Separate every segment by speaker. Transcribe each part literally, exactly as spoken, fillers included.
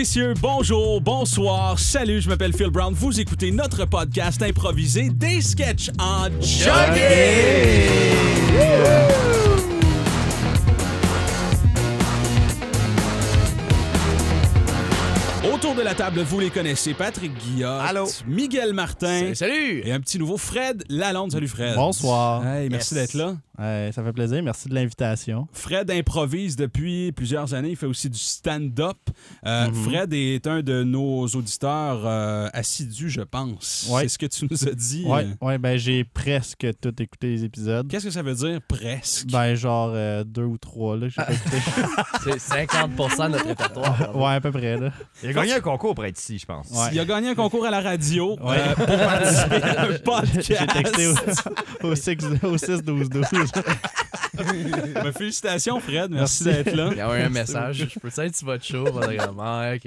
Speaker 1: messieurs, bonjour, bonsoir, salut, je m'appelle Phil Brown. Vous écoutez notre podcast improvisé des sketchs en jogging. Autour de la table, vous les connaissez, Patrick Guillotte,
Speaker 2: Allô.
Speaker 1: Miguel Martin.
Speaker 3: Salut, salut.
Speaker 1: Et un petit nouveau Fred Lalonde. Salut Fred.
Speaker 4: Bonsoir.
Speaker 1: Hey, merci
Speaker 2: Yes.
Speaker 1: d'être là.
Speaker 4: Ouais, ça fait plaisir. Merci de l'invitation.
Speaker 1: Fred improvise depuis plusieurs années. Il fait aussi du stand-up. Euh,
Speaker 4: Mm-hmm.
Speaker 1: Fred est un de nos auditeurs euh, assidus, je pense.
Speaker 4: Ouais.
Speaker 1: C'est ce que tu nous as dit.
Speaker 4: Ouais,
Speaker 1: Euh,
Speaker 4: ouais, ben j'ai presque tout écouté les épisodes.
Speaker 1: Qu'est-ce que ça veut dire, presque?
Speaker 4: Ben genre euh, deux ou trois là, j'ai pas écouté.
Speaker 3: C'est cinquante pour cent de notre répertoire.
Speaker 4: Ouais, à peu près là.
Speaker 2: Il a gagné un concours pour être ici, je pense.
Speaker 4: Ouais.
Speaker 1: Il a gagné un concours à la radio
Speaker 4: Ouais.
Speaker 1: euh, pour participer à un podcast.
Speaker 4: J'ai texté au, au six douze douze.
Speaker 1: Ben, félicitations, Fred. Merci,
Speaker 4: Merci.
Speaker 1: d'être là.
Speaker 3: Il y a un message. Je peux être sur votre show. Ah, OK.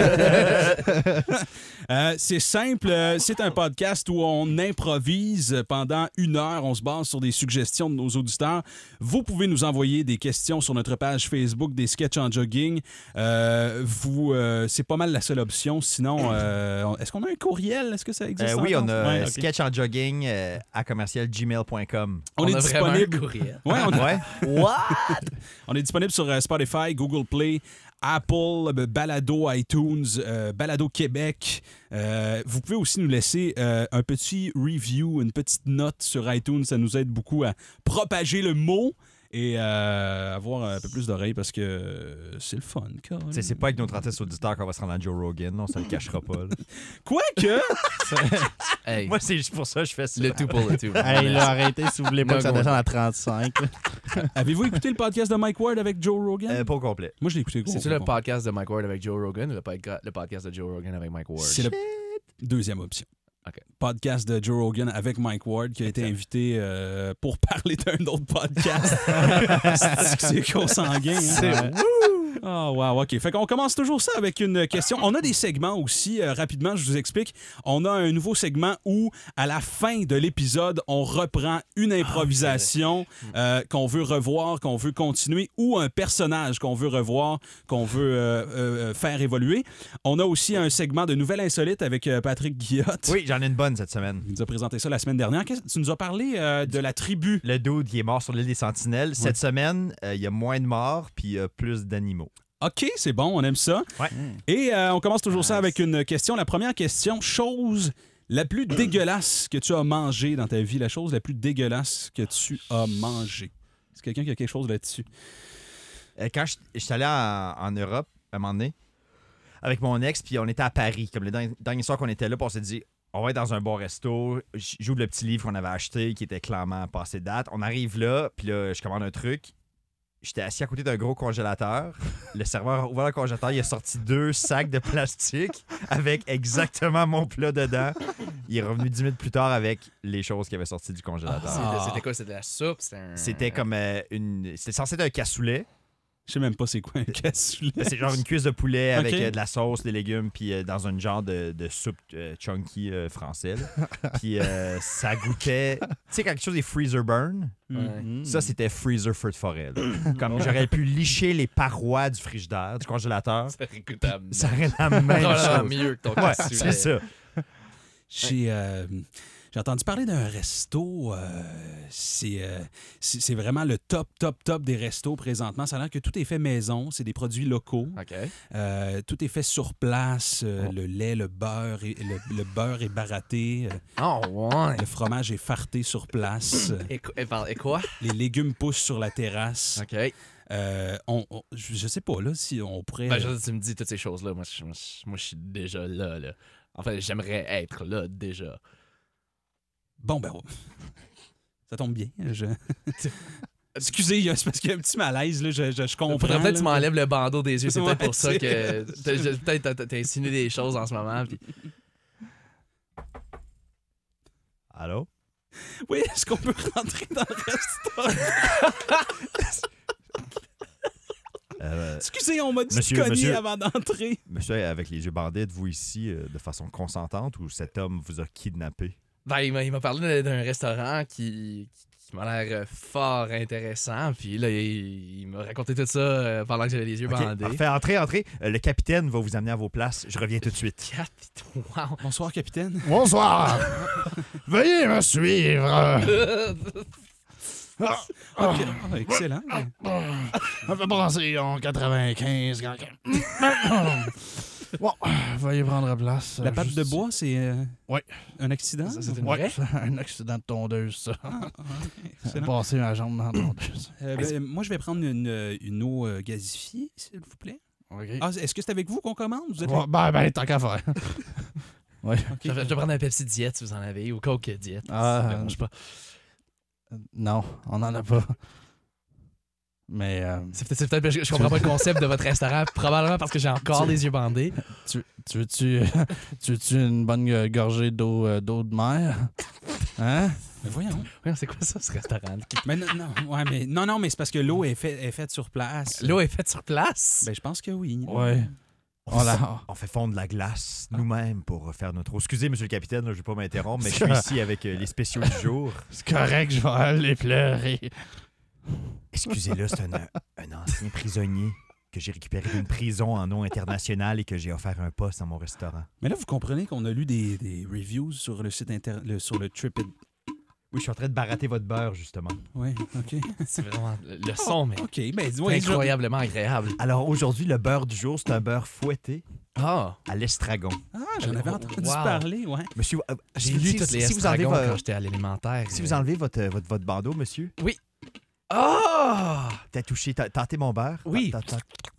Speaker 1: Euh, c'est simple, euh, c'est un podcast où on improvise pendant une heure. On se base sur des suggestions de nos auditeurs. Vous pouvez nous envoyer des questions sur notre page Facebook des sketchs en jogging. Euh, vous, euh, c'est pas mal la seule option. Sinon, euh, est-ce qu'on a un courriel? Est-ce que ça existe?
Speaker 2: Euh, oui,
Speaker 1: encore?
Speaker 2: on a
Speaker 1: Ouais, ok.
Speaker 2: sketch en jogging euh, à commercial gmail point com.
Speaker 1: On, est
Speaker 3: a vraiment un
Speaker 1: disponible.
Speaker 3: courriel.
Speaker 1: Ouais, on,
Speaker 2: Ouais.
Speaker 3: What?
Speaker 1: on est disponible sur euh, Spotify, Google Play, Apple, euh, Balado, iTunes, euh, Balado Québec. Euh, vous pouvez aussi nous laisser euh, un petit review, une petite note sur iTunes. Ça nous aide beaucoup à propager le mot et euh, avoir un peu plus d'oreilles parce que euh, c'est le fun. Quand même.
Speaker 2: T'sais, c'est pas avec nos trente auditeurs qu'on va se rendre à Joe Rogan, on se le cachera pas. là.
Speaker 1: Quoique,
Speaker 3: Hey,
Speaker 2: Moi, c'est juste pour ça que je fais ça.
Speaker 3: le tout pour le tout.
Speaker 4: Hey là, arrêtez si vous voulez pas
Speaker 3: No
Speaker 4: que ça
Speaker 3: go.
Speaker 4: descende à trente-cinq.
Speaker 1: avez-vous écouté le podcast de Mike Ward avec Joe Rogan?
Speaker 2: Euh, pas au complet.
Speaker 1: Moi, je l'ai écouté.
Speaker 3: C'est-tu le podcast de Mike Ward avec Joe Rogan ou le, podca- le podcast de Joe Rogan avec Mike Ward?
Speaker 1: C'est le deuxième option.
Speaker 3: OK.
Speaker 1: Podcast de Joe Rogan avec Mike Ward qui a été invité euh, pour parler d'un autre podcast. c'est que c'est consanguin. Hein? Ah, wow, OK. Fait qu'on commence toujours ça avec une question. On a des segments aussi. Euh, rapidement, je vous explique. On a un nouveau segment où, à la fin de l'épisode, on reprend une improvisation euh, qu'on veut revoir, qu'on veut continuer, ou un personnage qu'on veut revoir, qu'on veut euh, euh, faire évoluer. On a aussi un segment de Nouvelles Insolites avec euh, Patrick Guillotte.
Speaker 2: Oui, j'en ai une bonne cette semaine.
Speaker 1: Il nous a présenté ça la semaine dernière. Qu'est-ce- Tu nous as parlé euh, de la tribu.
Speaker 2: Le dude qui est mort sur l'île des Sentinelles. Cette semaine, euh, il y a moins de morts puis euh, plus d'animaux.
Speaker 1: OK, c'est bon, on aime ça.
Speaker 2: Ouais.
Speaker 1: Et euh, on commence toujours ça
Speaker 2: Nice.
Speaker 1: avec une question. La première question, chose la plus dégueulasse que tu as mangée dans ta vie, la chose la plus dégueulasse que tu as mangée. C'est quelqu'un qui a quelque chose là-dessus.
Speaker 2: Euh, quand je je suis allé en, en Europe, à un moment donné, avec mon ex, puis on était à Paris. Comme le dernier, dernier soir qu'on était là, puis on s'est dit, on va être dans un bon resto. J'ouvre le petit livre qu'on avait acheté, qui était clairement passé de date. On arrive là, puis là, je commande un truc. J'étais assis à côté d'un gros congélateur. Le serveur a ouvert le congélateur, il a sorti deux sacs de plastique avec exactement mon plat dedans. Il est revenu dix minutes plus tard avec les choses qui avaient sorti du congélateur.
Speaker 3: C'était- C'était quoi? C'était de la soupe? C'était un...
Speaker 2: C'était comme euh, une. C'était censé être un cassoulet.
Speaker 1: Je sais même pas c'est quoi un cassoulet.
Speaker 2: C'est genre une cuisse de poulet avec
Speaker 1: Ok.
Speaker 2: euh, de la sauce, des légumes, puis euh, dans un genre de, de soupe euh, chunky euh, français. là. Puis euh, ça goûtait. Tu sais, quelque chose des freezer burn.
Speaker 3: Ouais.
Speaker 2: Ça, c'était freezer feu de forêt. là. Comme j'aurais pu licher les parois du frigidaire, du congélateur.
Speaker 3: C'est écoutable.
Speaker 2: Ça aurait la même
Speaker 3: Probablement
Speaker 2: chose.
Speaker 3: mieux que ton
Speaker 2: Ouais,
Speaker 3: cassoulet.
Speaker 2: c'est ça.
Speaker 1: J'ai euh, j'ai entendu parler d'un resto. euh, c'est euh, c'est c'est vraiment le top, top, top des restos présentement. Ça a l'air que tout est fait maison. C'est des produits locaux.
Speaker 3: OK.
Speaker 1: Euh, tout est fait sur place. euh,
Speaker 3: Oh.
Speaker 1: Le lait, le beurre, est, le, le beurre est baratté. euh,
Speaker 3: Oh, ouais.
Speaker 1: le fromage est farté sur place. euh,
Speaker 3: Et, qu- et, par- et quoi?
Speaker 1: les légumes poussent sur la terrasse.
Speaker 3: OK.
Speaker 1: Euh, on, on- je, je sais pas là si on pourrait.
Speaker 3: Ben, je, tu me dis toutes ces choses-là. Moi, je, moi, je- moi, je suis déjà là, là. Enfin, j'aimerais être là, déjà.
Speaker 1: Bon ben, ça tombe bien. Je... Excusez, c'est parce qu'il y a un petit malaise là. Je, je, je comprends.
Speaker 3: Faudrait peut-être que tu
Speaker 1: là.
Speaker 3: m'enlèves le bandeau des yeux. C'est
Speaker 1: Ouais,
Speaker 3: peut-être pour ça
Speaker 1: c'est-
Speaker 3: que... t'as- j'ai- Peut-être t'as- t'as insinué des choses en ce moment. Puis...
Speaker 2: Allô?
Speaker 1: Oui, est-ce qu'on peut rentrer dans le restaurant?
Speaker 2: Euh,
Speaker 1: Excusez, on m'a dit
Speaker 2: Monsieur,
Speaker 1: de cogner
Speaker 2: monsieur.
Speaker 1: avant d'entrer.
Speaker 2: monsieur, avec les yeux bandés, êtes-vous ici euh, de façon consentante ou cet homme vous a kidnappé?
Speaker 3: Ben, il m'a il m'a parlé d'un restaurant qui, qui m'a l'air euh, fort intéressant. Puis là, il, il m'a raconté tout ça euh, pendant que j'avais les yeux
Speaker 2: OK,
Speaker 3: bandés.
Speaker 2: parfait. Entrez, entrez. Euh, le capitaine va vous amener à vos places. Je reviens tout de suite.
Speaker 3: Capitaine, wow.
Speaker 1: Bonsoir, capitaine.
Speaker 4: Bonsoir! Veuillez me suivre! Ah,
Speaker 1: Ok, ah, excellent.
Speaker 4: on peut passer en quatre-vingt-quinze. Bon, veuillez prendre place.
Speaker 1: La patte
Speaker 4: Juste
Speaker 1: de
Speaker 4: ici.
Speaker 1: bois, c'est euh,
Speaker 4: Ouais.
Speaker 1: un accident?
Speaker 3: Ça, c'est une
Speaker 4: Ouais,
Speaker 3: vraie?
Speaker 4: c'est un accident de tondeuse, ça.
Speaker 1: Ah, ah,
Speaker 4: J'ai
Speaker 1: excellent.
Speaker 4: passé ma jambe dans la tondeuse.
Speaker 1: Euh, ben, moi, je vais prendre une, une eau euh, gazifiée, s'il vous plaît.
Speaker 4: OK.
Speaker 1: Ah, est-ce que c'est avec vous qu'on commande? Vous êtes
Speaker 4: Ouais, ben, ben, tant qu'à faire.
Speaker 1: OK.
Speaker 3: Je vais je vais prendre un Pepsi Diète si vous en avez, ou Coke Diète.
Speaker 4: Ah,
Speaker 3: ça me dérange pas.
Speaker 4: Non, on n'en a pas. Mais euh,
Speaker 3: C'est peut-être, c'est peut-être parce que je comprends pas le concept de votre restaurant, probablement parce que j'ai encore
Speaker 4: Tu-
Speaker 3: les yeux bandés.
Speaker 4: tu, tu veux-tu tu veux-tu une bonne euh, gorgée d'eau euh, d'eau de mer? Hein?
Speaker 1: Mais voyons.
Speaker 3: Oui, c'est quoi ça, ce restaurant?
Speaker 1: Mais non, non, ouais, mais, non, non, mais c'est parce que l'eau est, fait, est faite sur place.
Speaker 3: L'eau est faite sur place?
Speaker 1: Ben, je pense que oui.
Speaker 4: Ouais.
Speaker 2: On,
Speaker 4: On la-
Speaker 2: fait, on fait fondre la glace nous-mêmes pour faire notre eau. Excusez, monsieur le capitaine, là, je ne vais pas m'interrompre, mais je suis ici avec euh, les spéciaux du jour.
Speaker 4: C'est correct, je vais aller pleurer.
Speaker 2: Excusez-le, c'est un, un ancien prisonnier que j'ai récupéré d'une prison en eau internationale et que j'ai offert un poste dans mon restaurant.
Speaker 1: Mais là, vous comprenez qu'on a lu des, des reviews sur le site internet, le, sur le Trip.
Speaker 2: Oui, je suis en train de barater votre beurre, justement.
Speaker 1: Oui, OK.
Speaker 3: C'est vraiment le son, mais
Speaker 1: OK, ben,
Speaker 3: c'est
Speaker 1: ouais, je-
Speaker 3: incroyablement agréable.
Speaker 2: Alors aujourd'hui, le beurre du jour, c'est un beurre fouetté
Speaker 3: Ah!
Speaker 2: à l'estragon.
Speaker 1: Ah, j'en avais entendu
Speaker 3: Wow.
Speaker 1: parler, ouais.
Speaker 2: Monsieur, euh,
Speaker 3: J'ai
Speaker 2: si-
Speaker 3: lu
Speaker 2: si-
Speaker 3: toutes les
Speaker 2: si vous enlevez
Speaker 3: estragons
Speaker 2: vo-
Speaker 3: quand j'étais à l'élémentaire.
Speaker 2: Si vous enlevez votre, votre, votre bandeau, monsieur,
Speaker 3: Ah!
Speaker 2: t'as touché, t'as tâté mon beurre.
Speaker 3: Oui.
Speaker 2: T'as- t'as-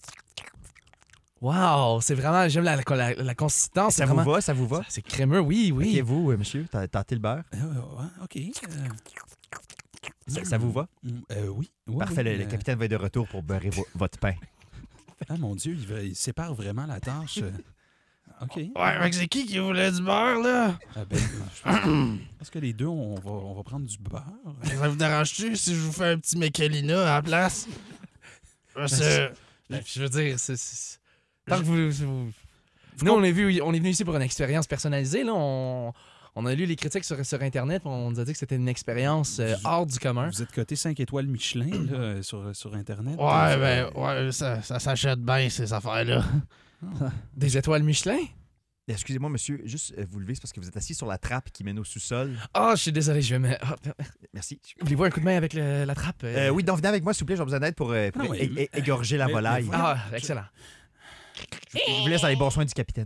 Speaker 3: Wow! C'est vraiment... J'aime la, la, la consistance.
Speaker 2: Ça
Speaker 3: c'est
Speaker 2: vous
Speaker 3: vraiment...
Speaker 2: va, ça vous va?
Speaker 3: C'est crémeux, oui, oui.
Speaker 2: Ok, vous, euh, monsieur, t'as tâté le beurre.
Speaker 1: Euh, ouais, OK. euh,
Speaker 2: Ça, ça vous va?
Speaker 1: mm, euh, oui. oui,
Speaker 2: Parfait,
Speaker 1: oui,
Speaker 2: le, le
Speaker 1: euh,
Speaker 2: capitaine va être de retour pour beurrer vo- votre pain.
Speaker 1: Ah, mon Dieu, il, va- il sépare vraiment la tâche. euh. OK.
Speaker 4: Ouais, mais c'est qui qui voulait du beurre, là?
Speaker 1: Ah, ben, euh, je pense, je pense que les deux, on va, on va prendre du beurre.
Speaker 4: Ça vous dérange-tu si je vous fais un petit Michelina à la place? Parce que...
Speaker 3: Ben, Je veux dire, c'est... c'est- Tant que vous... vous- Nous, on est, vu, on est venu ici pour une expérience personnalisée. Là. On, on a lu les critiques sur, sur Internet. On nous a dit que c'était une expérience euh, hors du commun.
Speaker 1: Vous êtes coté cinq étoiles Michelin là, sur, sur Internet.
Speaker 4: Ouais,
Speaker 1: Euh,
Speaker 4: ben, ouais, ça, ça s'achète bien, ces affaires-là.
Speaker 3: Des étoiles Michelin?
Speaker 2: Excusez-moi, monsieur, juste euh, vous lever, c'est parce que vous êtes assis sur la trappe qui mène au sous-sol.
Speaker 3: Ah, je suis désolé, je vais me... Ah,
Speaker 2: Merci.
Speaker 3: voulez-vous un coup de main avec le- la trappe?
Speaker 2: Euh, oui, donc venez avec moi, s'il vous plaît, j'ai besoin d'aide pour, euh, pour
Speaker 1: Non, mais-
Speaker 2: é- é- égorger la
Speaker 1: mais-
Speaker 2: volaille.
Speaker 1: mais-
Speaker 3: Ah, excellent.
Speaker 2: Je vous laisse dans les bons soins du capitaine.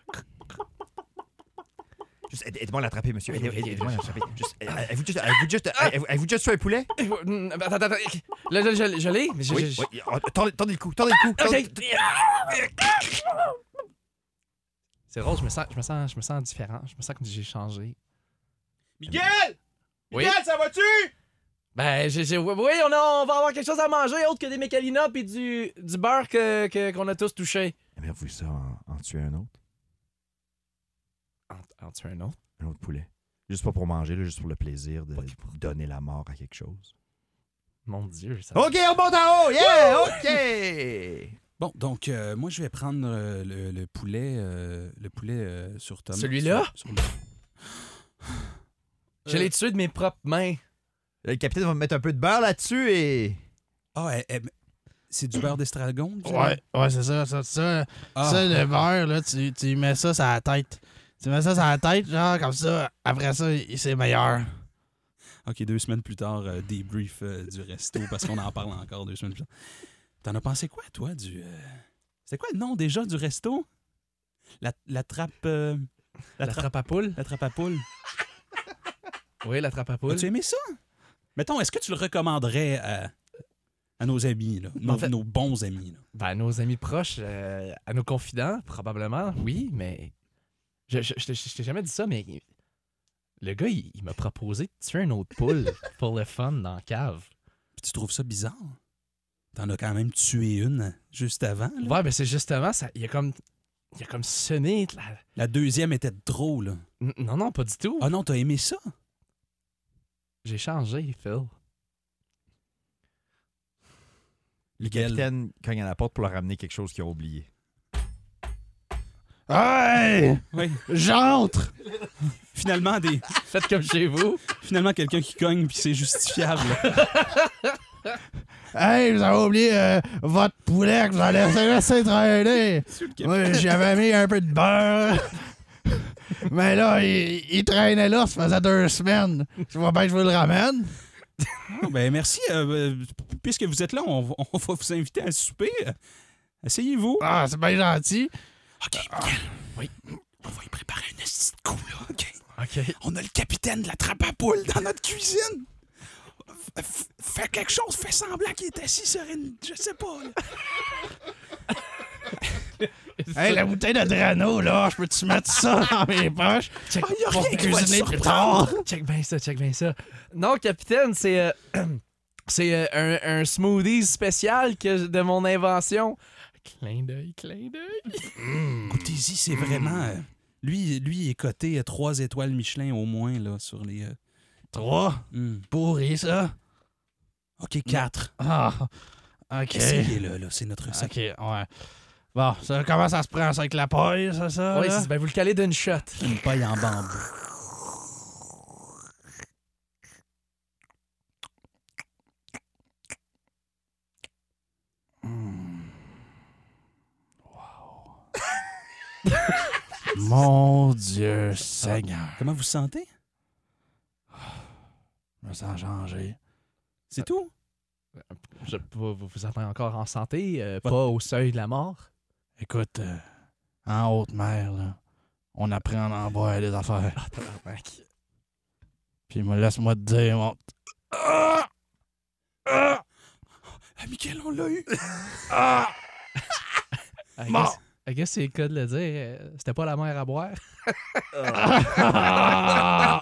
Speaker 2: Juste aidez- aidez-moi à l'attraper, monsieur. Aidez- aidez- Aidez-moi à l'attraper. Juste, euh, Avez-vous juste, avez-vous juste, avez-vous- avez-vous juste tué un poulet?
Speaker 3: Mm, Attends, attends, attends. Là, là, je, je l'ai, mais je...
Speaker 2: Oui,
Speaker 3: je-
Speaker 2: oui. Oh, Tendez tendez le cou, tendez le cou. tendez-
Speaker 3: Ok. C'est drôle, je me, sens, je, me sens, je me sens différent. Je me sens comme si j'ai changé.
Speaker 2: Miguel!
Speaker 3: Oui?
Speaker 2: Miguel, ça va-tu?
Speaker 3: Ben, j'ai, j'ai- oui, oui, on, a- on va avoir quelque chose à manger autre que des Michelina puis du, du beurre que, que- qu'on a tous touché.
Speaker 2: Avez-vous vu ça en, en tuer un autre?
Speaker 3: En, en tuer un autre?
Speaker 2: Un autre poulet. Juste pas pour manger, là, juste pour le plaisir de donner la mort à quelque chose.
Speaker 3: Mon Dieu, ça...
Speaker 2: OK, on monte en haut! Yeah! OK!
Speaker 1: Bon, donc, euh, moi, je vais prendre euh, le, le poulet, euh, le poulet euh, sur Tom.
Speaker 3: Celui-là?
Speaker 1: Sur- sur le-
Speaker 3: Je l'ai tué de mes propres mains.
Speaker 2: Là, le capitaine va me mettre un peu de beurre là-dessus et...
Speaker 1: Ah, eh, eh, c'est du beurre d'estragon? vous avez?
Speaker 4: Ouais, ouais, c'est ça, ça, ça.
Speaker 1: Ah.
Speaker 4: Ça, le beurre, là, tu, tu mets ça sur la tête. Tu mets ça sur la tête, genre, comme ça. Après ça, il- c'est meilleur.
Speaker 1: OK, deux semaines plus tard, euh, débrief euh, du resto, parce qu'on en parle encore deux semaines plus tard. T'en as pensé quoi, toi, du... euh, C'était quoi le nom, déjà, du resto? La, la trappe... euh,
Speaker 3: La,
Speaker 1: La, trappe...
Speaker 3: trappe à poule?
Speaker 1: La trappe à poule.
Speaker 3: Oui, la trappe à poule.
Speaker 1: As-tu aimé ça? Mettons, est-ce que tu le recommanderais à, à nos amis, là? Nos,
Speaker 3: En fait-
Speaker 1: nos bons amis, là?
Speaker 3: Ben, à nos amis proches, euh, à nos confidents, probablement, oui, mais... Je, je, je, t'ai- je t'ai jamais dit ça, mais... Le gars, il, il m'a proposé de tuer une autre poule pour le fun dans la cave.
Speaker 1: Puis tu trouves ça bizarre? T'en as quand même tué une juste avant, là.
Speaker 3: Ouais, ben c'est justement, ça, il a comme... Il a comme sonné... la-
Speaker 1: La deuxième était trop, là.
Speaker 3: N- Non, non, pas du tout.
Speaker 1: Ah non, t'as aimé ça?
Speaker 3: J'ai changé, Phil.
Speaker 2: Le
Speaker 1: Miguel.
Speaker 2: capitaine cogne à la porte pour leur ramener quelque chose qu'ils ont oublié.
Speaker 4: Hey!
Speaker 1: Oui.
Speaker 4: J'entre!
Speaker 1: Finalement, des...
Speaker 3: Faites comme chez vous.
Speaker 1: Finalement, quelqu'un qui cogne, puis c'est justifiable.
Speaker 4: Hey, vous avez oublié euh, votre poulet que vous allez laisser traîner. Oui, j'avais mis un peu de beurre. Mais là, il, il traînait là, ça faisait deux semaines. Tu vois bien que je vous le ramène?
Speaker 1: Ah, ben merci. Euh, puisque vous êtes là, on, on va vous inviter à souper. Asseyez-vous.
Speaker 4: Ah, c'est bien gentil.
Speaker 1: OK, Miguel. Oui. On va y préparer un petit coup, là, OK?
Speaker 3: OK.
Speaker 1: On a le capitaine de la trappe à poule dans notre cuisine. F- fais quelque chose, fais semblant qu'il est assis sur une... Je sais pas, là.
Speaker 4: Hey, la bouteille de Drano, là, je peux-tu mettre ça dans mes poches?
Speaker 3: Check,
Speaker 1: Ah, y a
Speaker 4: pour
Speaker 1: rien qui va
Speaker 4: cuisiner
Speaker 1: te
Speaker 4: plus
Speaker 1: surprendre.
Speaker 4: tard.
Speaker 3: check bien ça, check bien ça. Non, capitaine, c'est euh, c'est euh, un, un smoothie spécial que, de mon invention. Clin d'œil, clin d'œil.
Speaker 1: Goûtez-y, c'est vraiment... euh, lui, lui il est coté à trois étoiles Michelin au moins, là, sur les... euh,
Speaker 4: Trois.
Speaker 1: hmm.
Speaker 4: Pourri, ça.
Speaker 1: OK, quatre.
Speaker 4: Ah, OK.
Speaker 1: Essayez-le, là, c'est notre
Speaker 4: OK, ouais. Bon, ça, comment ça se prend ça avec la paille, ça, ça?
Speaker 3: Oui,
Speaker 4: là?
Speaker 3: ben vous le calez d'une shot.
Speaker 1: Une paille en bambou.
Speaker 4: Mon Dieu Seigneur.
Speaker 1: Comment vous sentez?
Speaker 4: Je me sens changé.
Speaker 1: C'est tout?
Speaker 3: Je, vous, vous vous êtes encore en santé, euh,
Speaker 1: Pas-
Speaker 3: pas au seuil de la mort.
Speaker 4: Écoute, euh, en haute mer, là, on apprend à en boire des affaires.
Speaker 3: Ah, tabarnak.
Speaker 4: Puis moi, laisse-moi te dire, mon... Ah! Ah!
Speaker 1: Ah, Mickaël, on l'a eu!
Speaker 4: Ah!
Speaker 3: I
Speaker 4: Bon.
Speaker 3: guess, I guess c'est le cas de le dire. euh, C'était pas la mer à boire.
Speaker 4: Ah!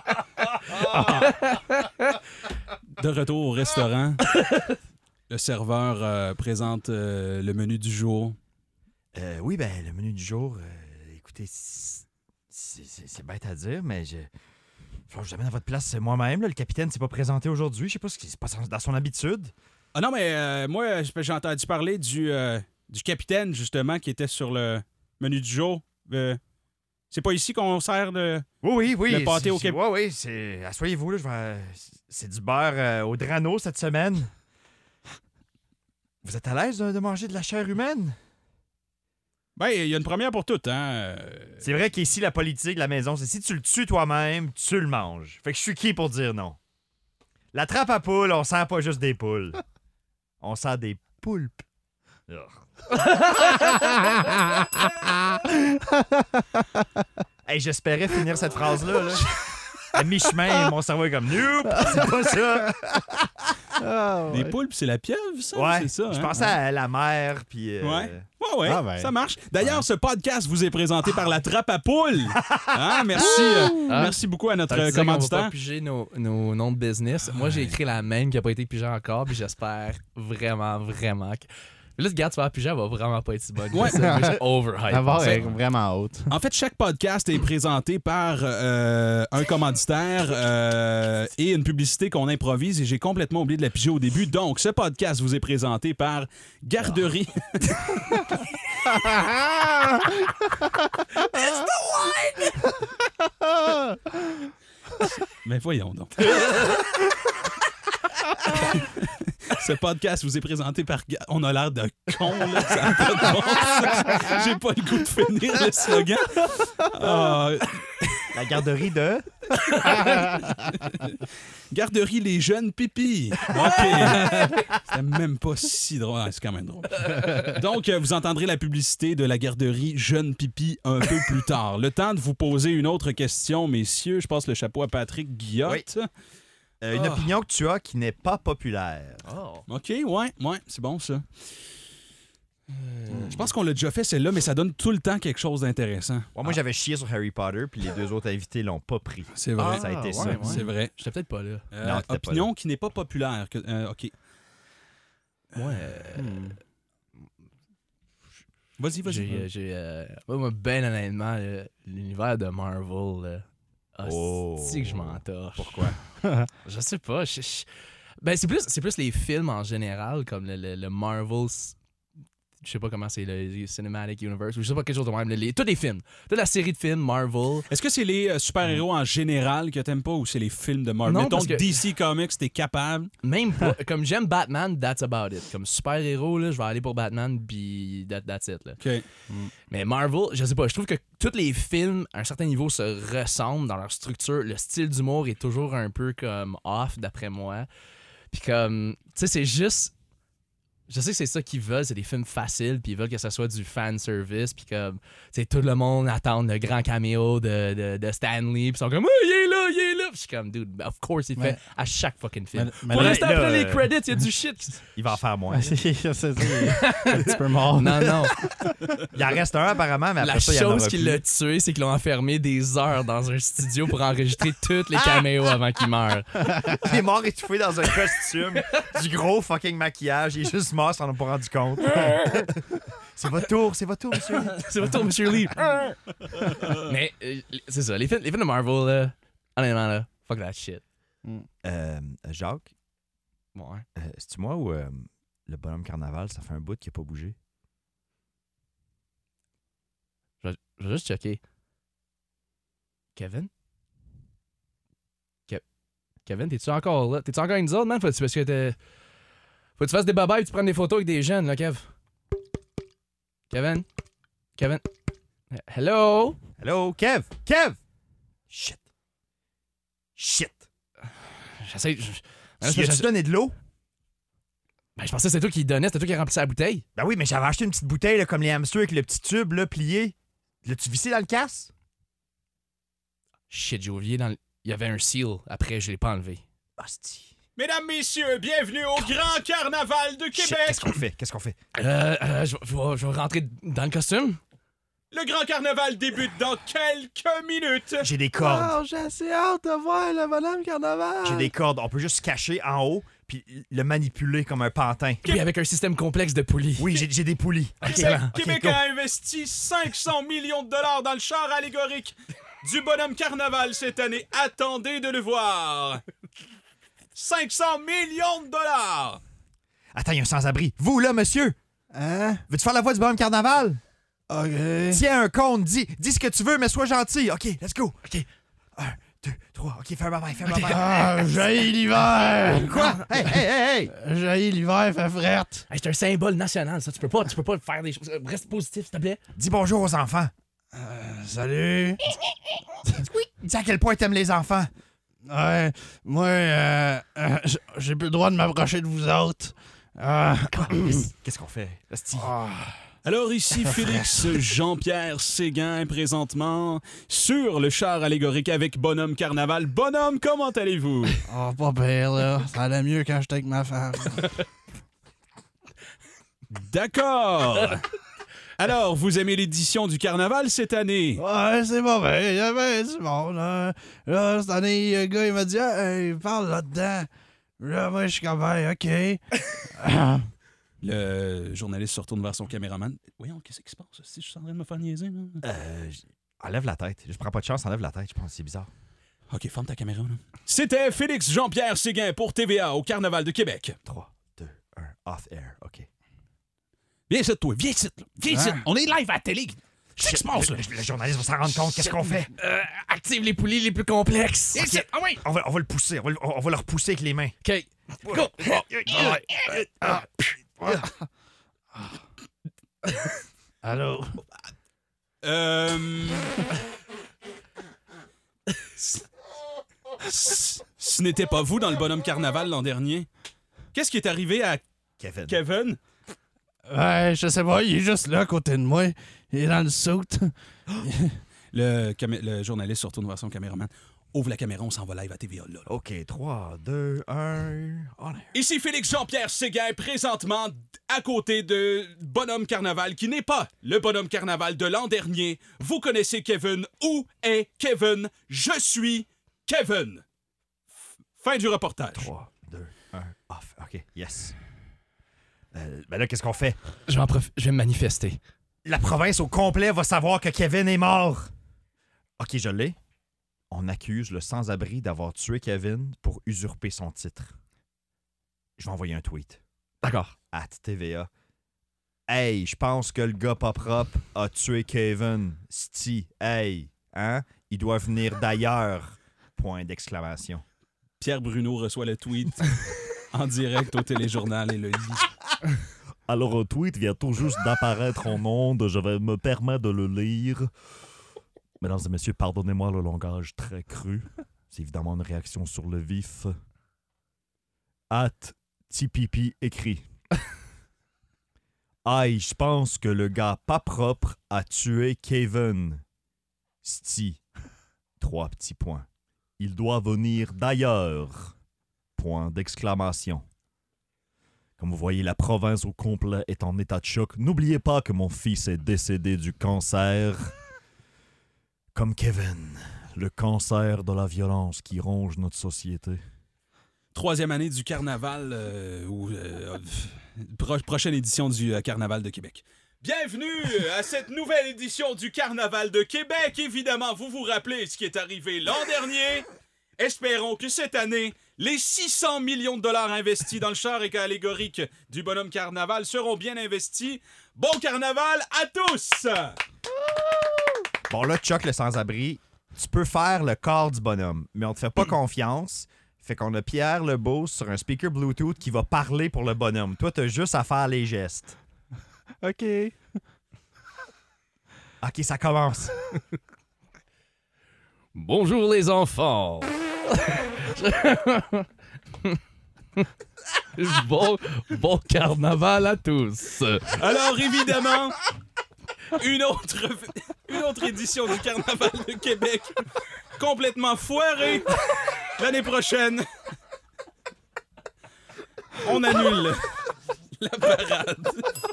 Speaker 1: De retour au restaurant, le serveur euh, présente euh, le menu du jour.
Speaker 2: Euh, oui, ben, le menu du jour, euh, écoutez, c'est c'est- c'est bête à dire, mais je. Faut que je l'amène à votre place moi-même. là. Le capitaine s'est pas présenté aujourd'hui. Je sais pas ce qui se passe dans son habitude.
Speaker 1: Ah non, mais euh, moi, j'ai entendu parler du, euh, du capitaine, justement, qui était sur le menu du jour. Euh, c'est pas ici qu'on sert de...
Speaker 2: Oui, oui, oui.
Speaker 1: Le pâté
Speaker 2: c'est-
Speaker 1: au
Speaker 2: c'est-
Speaker 1: Québec.
Speaker 2: Oui, oui, c'est. Assoyez-vous, là. Je vais... C'est du beurre euh, au Drano cette semaine. Vous êtes à l'aise de, de manger de la chair humaine?
Speaker 1: Ben, il y a une première pour toutes, hein. euh,
Speaker 2: C'est vrai qu'ici, la politique de la maison, c'est si tu le tues toi-même, tu le manges. Fait que je suis qui pour dire non? La trappe à poules, on sert pas juste des poules. On sert des poulpes. Ugh. Hey, j'espérais finir cette phrase-là. Là. À mi-chemin, mon cerveau est comme Nope, c'est pas ça.
Speaker 1: Des poulpes, c'est la pieuvre, ça?
Speaker 2: Ouais,
Speaker 1: c'est ça,
Speaker 2: je
Speaker 1: hein?
Speaker 2: pensais à la mer, puis. euh,
Speaker 1: Ouais. Ouais, ouais,
Speaker 4: Ah ben.
Speaker 1: ça marche. D'ailleurs, ce podcast vous est présenté par la trappe à poules. Hein, merci, euh,
Speaker 3: Ah.
Speaker 1: merci beaucoup à notre
Speaker 3: Ça veut
Speaker 1: euh,
Speaker 3: dire qu'on va
Speaker 1: commanditaire.
Speaker 3: pas piger nos, nos noms de business. Moi, j'ai écrit la même qui a pas été pigée encore, puis j'espère vraiment, vraiment que... Là, ce gars, tu vas piger, elle va vraiment pas être si bonne.
Speaker 1: Ouais.
Speaker 3: C'est c'est overhype.
Speaker 4: La barre
Speaker 3: C'est-
Speaker 4: est vraiment haute.
Speaker 1: En fait, chaque podcast est présenté par euh, un commanditaire euh, et une publicité qu'on improvise et j'ai complètement oublié de la piger au début. Donc, ce podcast vous est présenté par Garderie. Mais voyons donc. Ce podcast vous est présenté par... Ga- On a l'air de con, là. Ça a pas de bon sens. J'ai pas le goût de finir le slogan. Ah,
Speaker 2: La garderie de.
Speaker 1: garderie Les Jeunes Pipis. OK. C'était même pas si drôle. Ah, c'est quand même drôle. Donc, euh, vous entendrez la publicité de la garderie Jeunes Pipis un peu plus tard. Le temps de vous poser une autre question, messieurs. Je passe le chapeau à Patrick Guillotte.
Speaker 2: Euh, une
Speaker 1: Ah.
Speaker 2: opinion que tu as qui n'est pas populaire.
Speaker 3: Oh.
Speaker 1: OK, ouais, ouais, c'est bon, ça. Euh, Je pense qu'on l'a déjà fait, celle-là, mais ça donne tout le temps quelque chose d'intéressant.
Speaker 2: Ouais, moi, j'avais chié sur Harry Potter, puis les deux autres invités l'ont pas pris.
Speaker 1: C'est vrai.
Speaker 3: Ah,
Speaker 2: ça a été
Speaker 3: ouais,
Speaker 2: ça.
Speaker 3: ouais.
Speaker 1: C'est vrai.
Speaker 3: J'étais peut-être pas là.
Speaker 1: Euh,
Speaker 2: Non, t'étais pas
Speaker 1: opinion qui n'est pas populaire. Que- euh, OK.
Speaker 3: Moi, euh,
Speaker 1: Vas-y, vas-y.
Speaker 3: j'ai... euh, j'ai euh, moi, moi, ben honnêtement, euh, l'univers de Marvel, là, ah,
Speaker 2: Oh.
Speaker 3: c'est que je m'en torche.
Speaker 2: Pourquoi?
Speaker 3: Je sais pas. je- je- Ben, c'est plus, c'est plus les films en général, comme le, le- le Marvel s- je sais pas comment c'est le Cinematic Universe, ou je sais pas quelque chose de même. Les, tous les films, toute la série de films, Marvel.
Speaker 1: Est-ce que c'est les euh, super-héros en général que t'aimes pas ou c'est les films de Marvel?
Speaker 3: Non,
Speaker 1: Mettons
Speaker 3: parce que-
Speaker 1: D C Comics, t'es capable.
Speaker 3: Même pas. Comme j'aime Batman, that's about it. Comme super-héros, là, je vais aller pour Batman, puis that, that's it. Là.
Speaker 1: OK.
Speaker 3: Mais Marvel, je sais pas, je trouve que tous les films, à un certain niveau, se ressemblent dans leur structure. Le style d'humour est toujours un peu comme off, d'après moi. Puis comme, tu sais, c'est juste... Je sais que c'est ça qu'ils veulent, c'est des films faciles, puis ils veulent que ça soit du fan service, puis comme, tu sais, tout le monde attend le grand caméo de, de, de Stanley, puis ils sont comme, oh, il est là, il est là. Puis je suis comme, dude, of course, il
Speaker 4: Mais-
Speaker 3: fait à chaque fucking film.
Speaker 4: Mais- mais
Speaker 3: Pour
Speaker 2: là,
Speaker 3: l'instant,
Speaker 2: là,
Speaker 3: après les
Speaker 2: euh,
Speaker 3: credits, il y a du shit.
Speaker 2: Il va en faire moins.
Speaker 4: c'est c'est ça, il est un petit peu mort.
Speaker 3: Non, non.
Speaker 2: Il en reste un apparemment, mais après
Speaker 3: La
Speaker 2: ça, il y en aura
Speaker 3: chose qui
Speaker 2: plus.
Speaker 3: l'a tué, c'est qu'ils l'ont enfermé des heures dans un studio pour enregistrer tous les caméos avant qu'il meure.
Speaker 2: Il est mort étouffé dans un costume, du gros fucking maquillage. Il est juste mort, s'en a pas rendu compte. C'est votre tour, c'est votre tour, monsieur.
Speaker 3: C'est votre tour, Monsieur Lee. Mais euh, c'est ça, les films, les films de Marvel, là, honnêtement, là, fuck that shit.
Speaker 2: Euh, Jacques,
Speaker 3: Ouais.
Speaker 2: euh, c'est-tu moi ou euh, le bonhomme carnaval, ça fait un bout qui a pas bougé?
Speaker 3: Je vais, je vais juste checker. Kevin? Ke- Kevin, t'es-tu encore là? T'es-tu encore avec nous autres, man? Faut-tu, parce que t'es... Faut que tu fasses des babayes et tu prennes des photos avec des jeunes, là, Kev. Kevin? Kevin? Hello?
Speaker 2: Hello, Kev! Kev! Shit. Shit.
Speaker 3: J'essaie... Je, Ben,
Speaker 2: Tu
Speaker 3: je-
Speaker 2: as-tu donné de l'eau?
Speaker 3: ben, je pensais que c'était toi qui donnais, c'était toi qui remplissais la bouteille.
Speaker 2: Ben oui, mais j'avais acheté une petite bouteille là, comme les hamsters avec le petit tube là, plié. L'as-tu vissé dans le casse?
Speaker 3: Shit, j'ai oublié dans le... Il y avait un seal. Après, je l'ai pas enlevé.
Speaker 2: Hostie.
Speaker 1: Mesdames, messieurs, bienvenue au Grand Carnaval de
Speaker 2: Shit,
Speaker 1: Québec.
Speaker 2: qu'est-ce qu'on fait? Qu'est-ce qu'on fait?
Speaker 3: Euh, euh je, je vais- je vais rentrer dans le costume.
Speaker 1: Le Grand Carnaval débute dans quelques minutes.
Speaker 2: J'ai des cordes.
Speaker 4: Oh, j'ai assez hâte de voir le bonhomme carnaval.
Speaker 2: J'ai des cordes. On peut juste se cacher en haut puis le manipuler comme un pantin.
Speaker 3: Puis avec un système complexe de poulies.
Speaker 2: Oui, j'ai j'ai des poulies.
Speaker 3: Excellent.
Speaker 2: Ok,
Speaker 1: Québec
Speaker 2: go.
Speaker 1: a investi cinq cents millions de dollars dans le char allégorique du bonhomme carnaval cette année. Attendez de le voir. cinq cents millions de dollars.
Speaker 2: Attends, il y a un sans-abri. Vous, là, monsieur,
Speaker 4: Hein?
Speaker 2: veux-tu faire la voix du bonhomme carnaval?
Speaker 4: OK.
Speaker 2: Tiens un compte, dis, dis ce que tu veux, mais sois gentil. OK, let's go. OK. Un, deux, trois. OK, fais un bye-bye, fais un bye-bye.
Speaker 4: Ah, j'haïs l'hiver.
Speaker 2: Quoi? Hey, hey, hey, hey!
Speaker 4: J'haïs l'hiver, fait frette.
Speaker 3: Hey, c'est un symbole national, ça. Tu peux pas, tu peux pas faire des choses. Reste positif, s'il te plaît.
Speaker 2: Dis bonjour aux enfants.
Speaker 4: Salut.
Speaker 2: Dis à quel point t'aimes les enfants.
Speaker 4: Ouais, moi, euh, euh, j- j'ai plus le droit de m'approcher de vous autres. Ah.
Speaker 2: Qu'est-ce qu'est-ce qu'on fait? Hostie.
Speaker 4: Ah.
Speaker 1: Alors ici Félix Jean-Pierre Séguin présentement sur le char allégorique avec Bonhomme Carnaval. Bonhomme, comment allez-vous?
Speaker 4: Oh, pas pire, là. Ça allait mieux quand j'étais avec ma femme.
Speaker 1: D'accord. Alors, vous aimez l'édition du carnaval cette année?
Speaker 4: Ouais, c'est mauvais. Il y avait du monde. Là, là cette année, le gars, il m'a dit, hey, parle là-dedans. Là, moi, je suis comme, ben, OK. Ah.
Speaker 1: Le journaliste se retourne vers son caméraman. Voyons, qu'est-ce qui se passe? Si je suis en train de me faire niaiser, là.
Speaker 2: Euh, j- enlève la tête. Je prends pas de chance, enlève la tête. Je pense que c'est bizarre.
Speaker 1: OK, ferme ta caméra, là. C'était Félix Jean-Pierre Séguin pour T V A au Carnaval de Québec.
Speaker 2: trois, deux, un, off air. OK.
Speaker 1: Viens ici, toi. Viens ici, là. Viens ici.
Speaker 4: Hein?
Speaker 1: On est live à la télé. Qu'est-ce qui se passe, là?
Speaker 2: Le, le journaliste va s'en rendre compte. Qu'est-ce qu'on fait?
Speaker 3: Euh, active les poulies les plus complexes.
Speaker 1: Viens ici. Ah oui.
Speaker 2: On va, on va le pousser. On va, le- on va le repousser avec les mains.
Speaker 3: OK. Go.
Speaker 4: Allô?
Speaker 1: Euh... C- c- Ce n'était pas vous dans le Bonhomme Carnaval l'an dernier? Qu'est-ce qui est arrivé à
Speaker 2: Kevin.
Speaker 1: Kevin?
Speaker 4: Ouais, je sais pas, il est juste là à côté de moi. Il est dans le soute.
Speaker 1: Le, camé- le journaliste se retourne vers son caméraman. Ouvre la caméra, on s'en va live à T V A. Là, là.
Speaker 2: OK, trois, deux, un, on air.
Speaker 1: Ici Félix Jean-Pierre Séguin, présentement à côté de Bonhomme Carnaval, qui n'est pas le Bonhomme Carnaval de l'an dernier. Vous connaissez Kevin. Où est Kevin? Je suis Kevin. F- Fin du reportage.
Speaker 2: trois, deux, un, off. OK, yes. Euh, ben là, qu'est-ce qu'on fait?
Speaker 3: Je vais, en prof- je vais me manifester.
Speaker 2: La province au complet va savoir que Kevin est mort. OK, je l'ai. On accuse le sans-abri d'avoir tué Kevin pour usurper son titre. Je vais envoyer un tweet.
Speaker 3: D'accord.
Speaker 2: At T V A. Hey, je pense que le gars pas propre a tué Kevin. Sti, hey, hein? Il doit venir d'ailleurs. Point d'exclamation.
Speaker 1: Pierre Bruno reçoit le tweet en direct au téléjournal et le lit.
Speaker 5: Alors, un tweet vient tout juste d'apparaître en ondes. Je vais me permettre de le lire. Mesdames et messieurs, pardonnez-moi le langage très cru. C'est évidemment une réaction sur le vif. At Tipipi écrit. Aïe, je pense que le gars pas propre a tué Kevin. Sti. Trois petits points. Il doit venir d'ailleurs. Point d'exclamation. Comme vous voyez, la province au complet est en état de choc. N'oubliez pas que mon fils est décédé du cancer. Comme Kevin, le cancer de la violence qui ronge notre société.
Speaker 1: Troisième année du carnaval, euh, ou euh, pro- prochaine édition du euh, Carnaval de Québec. Bienvenue à cette nouvelle édition du Carnaval de Québec. Évidemment, vous vous rappelez ce qui est arrivé l'an dernier. Espérons que cette année, les six cents millions de dollars investis dans le char allégorique du bonhomme carnaval seront bien investis. Bon carnaval à tous!
Speaker 2: Bon, là, Chuck, le sans-abri, tu peux faire le corps du bonhomme, mais on te fait pas confiance. Fait qu'on a Pierre Lebeau sur un speaker Bluetooth qui va parler pour le bonhomme. Toi, t'as juste à faire les gestes.
Speaker 4: OK.
Speaker 2: OK, ça commence.
Speaker 3: Bonjour les enfants. bon, bon carnaval à tous.
Speaker 1: Alors, évidemment, une autre, une autre édition du Carnaval de Québec complètement foirée l'année prochaine. On annule la parade.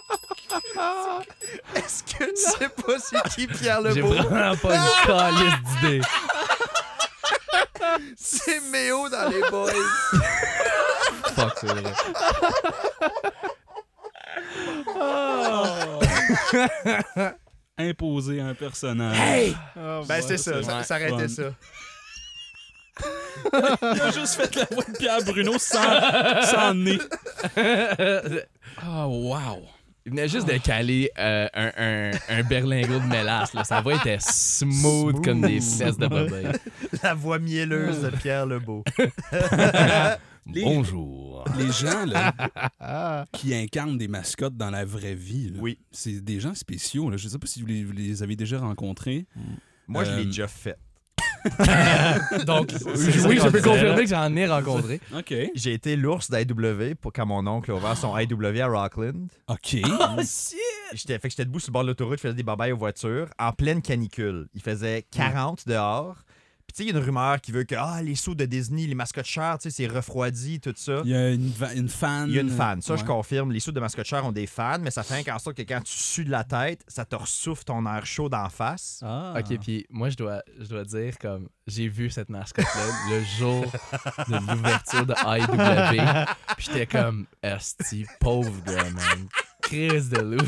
Speaker 2: Est-ce que tu sais pas c'est qui Pierre
Speaker 3: J'ai
Speaker 2: Lebeau?
Speaker 3: vraiment pas une calice d'idées.
Speaker 2: C'est Méo dans les boys.
Speaker 3: Fuck, c'est vrai.
Speaker 1: Imposer un personnage.
Speaker 2: Hey!
Speaker 4: Oh,
Speaker 2: Ben,
Speaker 4: ouais,
Speaker 2: c'est ça, ça,
Speaker 3: ouais.
Speaker 2: ça aurait été
Speaker 1: Fun.
Speaker 2: ça.
Speaker 1: Il a juste fait la voix de Pierre Bruno sans, sans nez. Oh, wow.
Speaker 3: Il venait juste de caler euh, un, un, un berlingot de mélasse. Là. Sa voix était smooth,
Speaker 2: Smooth.
Speaker 3: comme des fesses de bobé.
Speaker 2: La voix mielleuse de Pierre Lebeau.
Speaker 1: Les-
Speaker 3: Bonjour.
Speaker 1: Les gens là, qui incarnent des mascottes dans la vraie vie, là,
Speaker 2: Oui.
Speaker 1: c'est des gens spéciaux. Là. Je ne sais pas si vous les, vous les avez déjà rencontrés.
Speaker 2: Moi, je l'ai
Speaker 1: Euh,
Speaker 2: déjà fait.
Speaker 3: Donc,
Speaker 2: ça
Speaker 3: oui,
Speaker 2: qu'on
Speaker 3: je peux
Speaker 2: disait,
Speaker 3: confirmer
Speaker 2: là.
Speaker 3: que j'en ai rencontré.
Speaker 1: OK.
Speaker 2: J'ai été l'ours d'A E W pour quand mon oncle a ouvert son A E W à Rockland.
Speaker 1: OK.
Speaker 2: J'étais, fait que j'étais debout sur le bord de l'autoroute, je faisais des babayes aux voitures, en pleine canicule. Il faisait quarante dehors. Puis tu sais, il y a une rumeur qui veut que ah, les sous de Disney, les mascottes chères, tu sais, c'est refroidi, tout ça.
Speaker 1: Il y a une, va- une fan.
Speaker 2: Il y a une fan. Ça, je
Speaker 1: Ouais.
Speaker 2: confirme. Les sous de mascottes chères ont des fans, mais ça fait en sorte que quand tu sues de la tête, ça te ressouffle ton air chaud d'en face.
Speaker 1: Ah.
Speaker 3: Ok, puis moi, je dois, je dois dire, comme, j'ai vu cette mascotte-là le jour de l'ouverture de A E W. Puis j'étais comme, esti, pauvre gars, man. Chris de loose.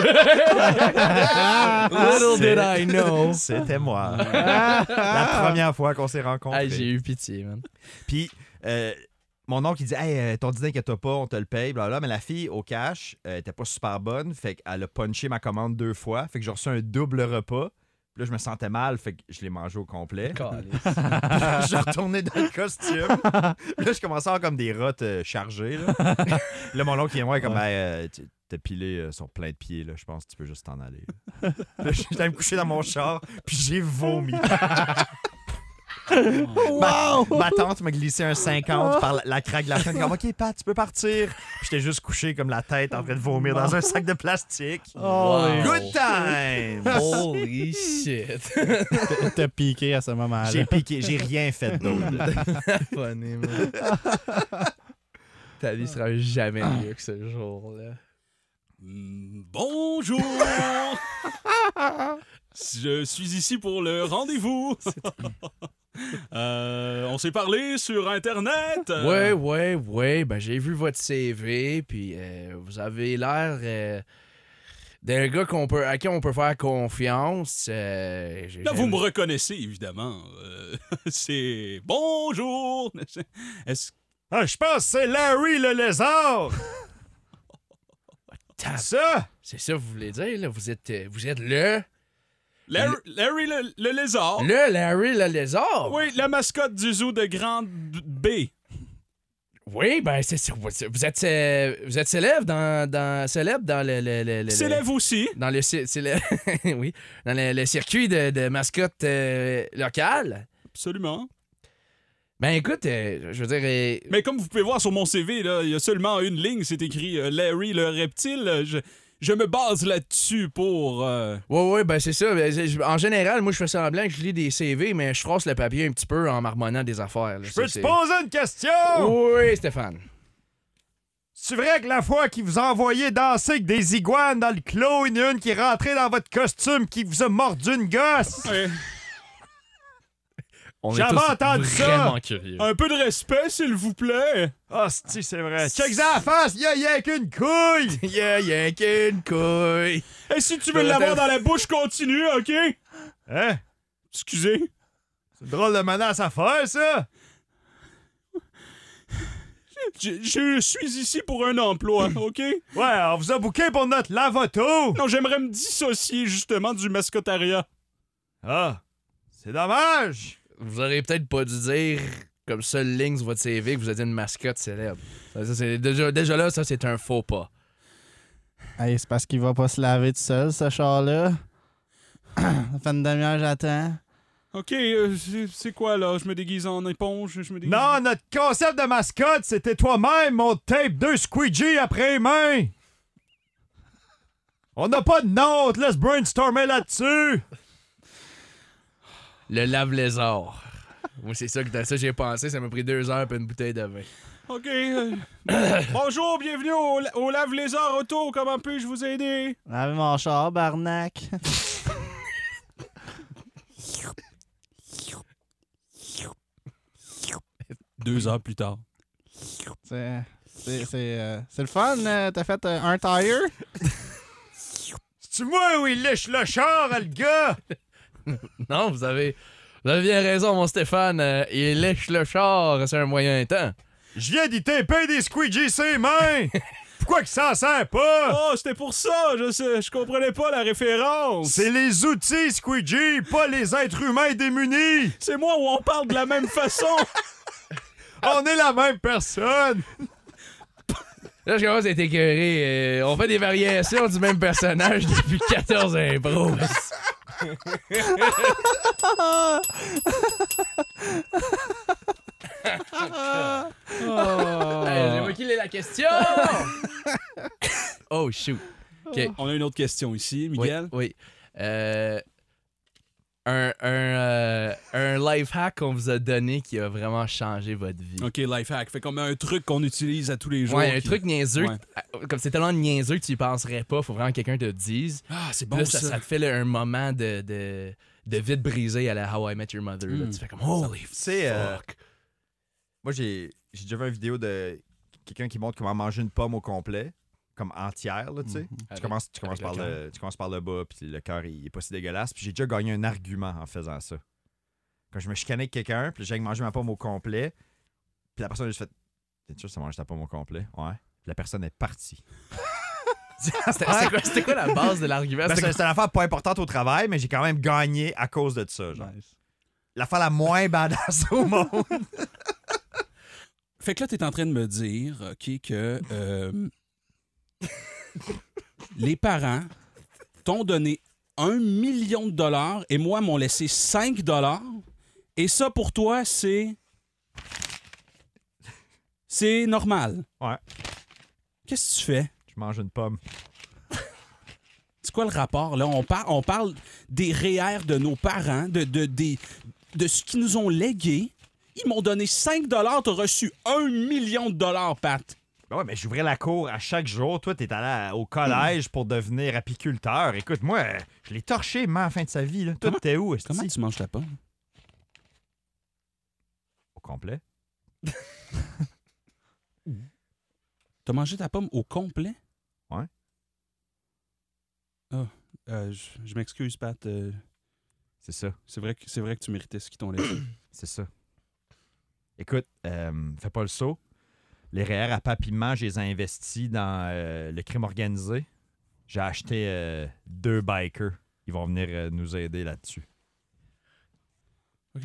Speaker 3: Little did I know.
Speaker 2: C'était moi. La première fois qu'on s'est rencontrés.
Speaker 3: Hey, j'ai eu pitié, man.
Speaker 2: Puis, euh, mon oncle, il dit Hey, euh, ton dîner, inquiète-toi pas, on te le paye, blablabla. Mais la fille, au cash, euh, était pas super bonne. Fait qu'elle a punché ma commande deux fois. Fait que j'ai reçu un double repas. Puis là, je me sentais mal. Fait que je l'ai mangé au complet.
Speaker 3: Calice.
Speaker 2: je suis retourné dans le costume. Là, je commençais à avoir comme des rottes euh, chargées. Là. là, mon oncle, il est moi, comme Hey, euh, tu- t'as pilé euh, sur plein de pieds. Là. Je pense que tu peux juste t'en aller. Là, Là, j'étais me coucher dans mon char. Puis j'ai vomi. Ma, ma tante m'a glissé un cinquante par la, la craque de la fenêtre. Comme, OK, Pat, tu peux partir. Puis j'étais juste couché comme la tête en train de vomir dans un sac de plastique.
Speaker 4: Oh,
Speaker 3: Wow.
Speaker 2: Good time!
Speaker 3: Holy shit.
Speaker 4: T'as piqué à ce moment-là.
Speaker 2: J'ai piqué, j'ai rien fait d'autre.
Speaker 3: Funny, man. Ta vie sera jamais mieux que ce jour-là.
Speaker 1: Mm, Bonjour! Je suis ici pour le rendez-vous. Euh, on s'est parlé sur Internet. euh,
Speaker 3: Ouais, ouais, ouais. Ben, j'ai vu votre C V, puis euh, vous avez l'air euh, d'un gars qu'on peut, à qui on peut faire confiance. Euh, j'ai-
Speaker 1: Là, vous
Speaker 3: j'aime-
Speaker 1: me reconnaissez, évidemment. Euh, c'est bonjour. Est-ce
Speaker 2: Ah, je pense que c'est Larry le lézard! Ça,
Speaker 3: C'est ça que vous voulez dire, là? Vous êtes, euh, vous êtes le...
Speaker 1: Larry, Larry le, le lézard.
Speaker 3: Le Larry le lézard?
Speaker 1: Oui, la mascotte du zoo de Grande B.
Speaker 3: Oui, ben, c'est ça. Vous êtes, euh, vous êtes célèbre dans, dans, célèbre dans le... le, le, le
Speaker 1: S'élève aussi.
Speaker 3: Dans le, ci- célè- oui, dans le, le circuit de, de mascotte euh, locale.
Speaker 1: Absolument.
Speaker 3: Ben, écoute, euh, je veux dire... euh,
Speaker 1: Mais comme vous pouvez voir sur mon C V, là, il y a seulement une ligne, c'est écrit euh, Larry le reptile. Je, je me base là-dessus pour... euh,
Speaker 3: Ouais, ouais, ben c'est ça. Ben, c'est- En général, moi, je fais semblant que je lis des C V, mais je froisse le papier un petit peu en marmonnant des affaires. là.
Speaker 5: Je peux
Speaker 3: C'est-
Speaker 5: te
Speaker 3: c'est-
Speaker 5: poser une question?
Speaker 3: Oui, Stéphane.
Speaker 5: C'est vrai que la fois qu'il vous a envoyé danser avec des iguanes dans le clos, il y en a une qui est rentrée dans votre costume qui vous a mordu une gosse?
Speaker 1: ouais.
Speaker 3: On
Speaker 5: J'avais
Speaker 3: est tous
Speaker 5: entendu ça.
Speaker 3: vraiment curieux.
Speaker 1: Un peu de respect, s'il vous plaît.
Speaker 5: Ah, c'est c'est vrai. Check ça à la face, y'a y a qu'une couille!
Speaker 3: Yeah, yeah, qu'une couille.
Speaker 1: Et si tu veux l'avoir dans la bouche, continue, OK?
Speaker 5: Hein?
Speaker 1: Excusez.
Speaker 5: C'est drôle de menace à faire, ça!
Speaker 1: Je, je suis ici pour un emploi, OK?
Speaker 5: Ouais, on vous a booké pour notre lavoto!
Speaker 1: Non, j'aimerais me dissocier, justement, du mascottariat.
Speaker 5: Ah, c'est dommage!
Speaker 3: Vous auriez peut-être pas dû dire comme seule ligne sur votre C V que vous êtes une mascotte célèbre. Ça, ça, c'est, déjà, déjà là, ça, c'est un faux pas.
Speaker 4: Hey, c'est parce qu'il va pas se laver tout seul, ce char-là. Ça fait une demi-heure, j'attends.
Speaker 1: OK, euh, c'est, c'est quoi, là? Je me déguise en éponge, je me déguise...
Speaker 5: Non, notre concept de mascotte, c'était toi-même, mon tape deux squeegee après les mains! On n'a pas de nom, on te laisse brainstormer là-dessus!
Speaker 3: Le lave-lézard. Moi, c'est ça que dans ça j'ai pensé. Ça m'a pris deux heures pour une bouteille de vin.
Speaker 1: OK. euh, bonjour, bienvenue au, au Lave-Lézard Auto. Comment puis-je vous aider?
Speaker 4: Lavez mon char, barnac.
Speaker 1: Deux heures plus tard.
Speaker 4: C'est, c'est, c'est, euh, c'est le fun, euh, t'as fait euh, un tire?
Speaker 5: C'est-tu moi où il lèche le char, le gars?
Speaker 3: Non, vous avez, vous avez bien raison, mon Stéphane. Euh, il lèche le char, c'est un moyen temps.
Speaker 5: Je viens d'y taper des squeegees ses mains! Pourquoi qu'il s'en sert pas?
Speaker 1: Oh, c'était pour ça. Je sais, je comprenais pas la référence.
Speaker 5: C'est les outils squeegee, pas les êtres humains démunis!
Speaker 1: C'est moi où on parle de la même façon.
Speaker 5: On est la même personne!
Speaker 3: Là, je commence à être écœuré. Euh, on fait des variations du même personnage depuis quatorze impros.
Speaker 1: Oh.
Speaker 3: Hey, j'ai moi qui l'ai la question! Oh, shoot. OK.
Speaker 1: On a une autre question ici, Miguel.
Speaker 3: Oui. oui. Euh, un, un, euh, un life hack qu'on vous a donné qui a vraiment changé votre vie.
Speaker 1: OK, life hack. Fait comme un truc qu'on utilise à tous les jours.
Speaker 3: Ouais, un
Speaker 1: qui-
Speaker 3: truc niaiseux.
Speaker 1: Ouais.
Speaker 3: que- Comme c'est tellement niaiseux que tu y penserais pas, faut vraiment que quelqu'un te le dise.
Speaker 1: Ah, c'est
Speaker 3: Puis
Speaker 1: bon
Speaker 3: là,
Speaker 1: ça.
Speaker 3: ça, ça te fait là, un moment de, de, de vide brisé à la How I Met Your Mother. là.
Speaker 1: Mm.
Speaker 3: Tu fais comme holy
Speaker 2: Tu sais, euh,
Speaker 3: fuck.
Speaker 2: moi, j'ai j'ai déjà vu une vidéo de quelqu'un qui montre comment manger une pomme au complet, comme entière, là, tu sais. Tu
Speaker 3: Avec-
Speaker 2: commences, tu, commences
Speaker 3: avec
Speaker 2: par
Speaker 3: le
Speaker 2: le, tu commences par le bas, puis le cœur, il est pas si dégueulasse. Puis j'ai déjà gagné un argument en faisant ça. Quand je me chicanais avec quelqu'un, puis j'ai mangé ma pomme au complet, puis la personne a juste fait « T'es sûr que ça mange ta pomme au complet? » Ouais. Puis la personne est partie.
Speaker 3: C'était c'était quoi, c'était quoi la base de l'argument?
Speaker 2: Ben,
Speaker 3: C'était
Speaker 2: c'est c'est une affaire pas importante au travail, mais j'ai quand même gagné à cause de ça. Genre.
Speaker 4: Nice.
Speaker 2: L'affaire la moins badass au monde.
Speaker 1: Fait que là, t'es en train de me dire, OK, que euh, les parents t'ont donné un million de dollars et moi m'ont laissé cinq dollars. Et ça, pour toi, c'est... C'est normal.
Speaker 2: Ouais.
Speaker 1: Qu'est-ce que tu fais?
Speaker 2: Je mange une pomme.
Speaker 1: C'est quoi le rapport, là? On, par- on parle des R E E R de nos parents, de, de, des- de ce qu'ils nous ont légué. Ils m'ont donné cinq dollars, t'as reçu un million de dollars, Pat.
Speaker 2: Ben ouais, mais j'ouvrais la cour à chaque jour. Toi, t'es allé à- au collège pour devenir apiculteur. Écoute, moi, euh, je l'ai torché, moi, à la fin de sa vie. Là. Toi,
Speaker 1: Comment-
Speaker 2: t'es où, esti?
Speaker 1: Comment tu manges ta pomme?
Speaker 2: Au complet.
Speaker 1: T'as mangé ta pomme au complet?
Speaker 2: Ouais.
Speaker 1: Ah, euh, je, je m'excuse, Pat. euh,
Speaker 2: C'est ça.
Speaker 1: c'est vrai que c'est vrai que tu méritais ce qu'ils t'ont laissé.
Speaker 2: C'est ça. Écoute, euh, fais pas le saut. Les R E E R à papillement, je les ai investis dans euh, le crime organisé. J'ai acheté euh, deux bikers. Ils vont venir euh, nous aider là-dessus.
Speaker 1: OK.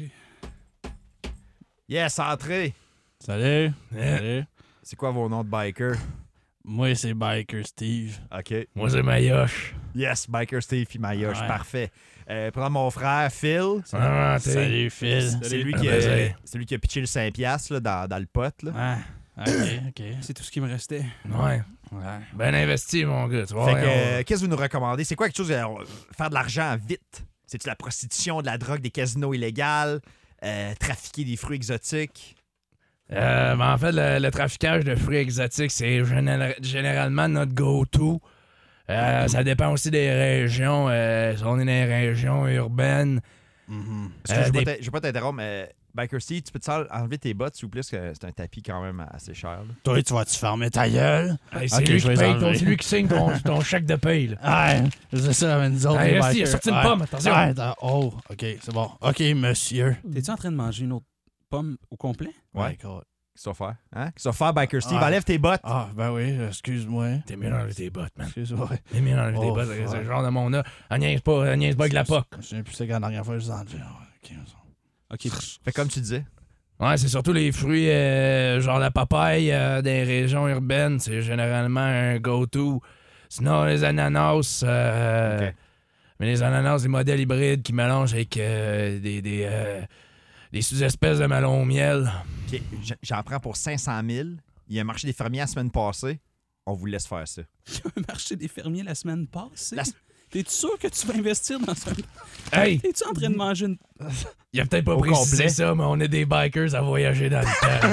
Speaker 2: Yes, entrez!
Speaker 4: Salut.
Speaker 3: Yeah.
Speaker 4: Salut.
Speaker 2: C'est quoi vos noms de bikers?
Speaker 4: Moi, c'est Biker Steve.
Speaker 2: OK.
Speaker 3: Moi, c'est Mayoche.
Speaker 2: Yes, Biker Steve puis Mayoche.
Speaker 4: Ouais.
Speaker 2: Parfait. Euh, prends mon frère Phil.
Speaker 3: Ah, t'es-
Speaker 4: Salut, Phil.
Speaker 2: C'est lui,
Speaker 3: Ah,
Speaker 2: qui
Speaker 3: ben,
Speaker 2: a,
Speaker 3: c'est-
Speaker 2: c'est lui qui a pitché le cinq piastres là, dans, dans le pot. Là.
Speaker 4: Ah, ok, ok.
Speaker 1: C'est tout ce qui me restait.
Speaker 3: Ouais.
Speaker 4: Ouais.
Speaker 3: Ben investi, mon gars. Tu vois,
Speaker 2: Fait que,
Speaker 3: on-
Speaker 2: euh, qu'est-ce que vous nous recommandez? C'est quoi quelque chose... euh, faire de l'argent vite? C'est-tu la prostitution, de la drogue, des casinos illégaux? Euh, trafiquer des fruits exotiques?
Speaker 3: Euh, ben, en fait, le, le traficage de fruits exotiques, c'est général- généralement notre go-to. Euh, ça dépend aussi des régions. Euh, si on est dans les régions urbaines.
Speaker 4: Mhm.
Speaker 2: Parce que
Speaker 3: Euh,
Speaker 2: je vais
Speaker 3: des-
Speaker 2: pas t'in- je vais pas t'interrompre, mais Biker Steve, tu peux te enlever tes bottes, s'il vous plaît, parce que c'est un tapis quand même assez cher. là.
Speaker 4: Toi, tu vas-tu fermer ta gueule?
Speaker 3: Hey, c'est
Speaker 4: Ok,
Speaker 3: lui
Speaker 4: je
Speaker 3: qui
Speaker 4: vais les
Speaker 3: paye ton-
Speaker 4: enlever.
Speaker 3: c'est lui qui signe ton, ton chèque de paye. Là.
Speaker 4: Ouais, c'est ça, mais nous autres,
Speaker 3: Hey,
Speaker 4: les
Speaker 3: reste, il a
Speaker 4: bikers.
Speaker 3: sorti une
Speaker 4: Ouais.
Speaker 3: pomme, attention.
Speaker 4: Ouais, attends. Oh, ok, c'est bon. Ok, monsieur.
Speaker 1: T'es-tu en train de manger une autre pomme au complet?
Speaker 2: Ouais.
Speaker 4: D'accord.
Speaker 2: Qu'est-ce que ça va faire? Hein? Qu'est-ce que ça va faire, Biker Steve?
Speaker 4: Ah.
Speaker 2: Enlève tes bottes.
Speaker 4: Ah, ben oui, excuse-moi.
Speaker 3: T'es mieux d'enlever tes bottes, man.
Speaker 4: Excuse-moi.
Speaker 3: T'es mieux d'enlever tes
Speaker 4: Oh,
Speaker 3: bottes.
Speaker 4: ouais.
Speaker 3: C'est le genre de mon là. Elle niaise pas, elle niaise pas avec la poque.
Speaker 4: Je sais plus c'est quand la dernière fois que je les ai enlevés. Ok,
Speaker 1: OK.
Speaker 2: Fait comme tu disais.
Speaker 3: Ouais, c'est surtout les fruits, euh, genre la papaye euh, des régions urbaines, c'est généralement un go-to. Sinon, les ananas, euh,
Speaker 2: Ok.
Speaker 3: mais les ananas, des modèles hybrides qui mélangent avec euh, des, des, euh, des sous-espèces de melon au miel.
Speaker 2: OK, j- j'en prends pour cinq cent mille. Il y a un marché des fermiers la semaine passée. On vous laisse faire ça.
Speaker 1: Il y a un marché des fermiers la semaine passée.
Speaker 2: La-
Speaker 1: T'es-tu sûr que tu vas investir dans un...
Speaker 3: Hey,
Speaker 1: T'es-tu en train de manger une...
Speaker 3: il a peut-être pas
Speaker 2: Au
Speaker 3: précisé
Speaker 2: complet.
Speaker 3: ça, mais on est des bikers à voyager dans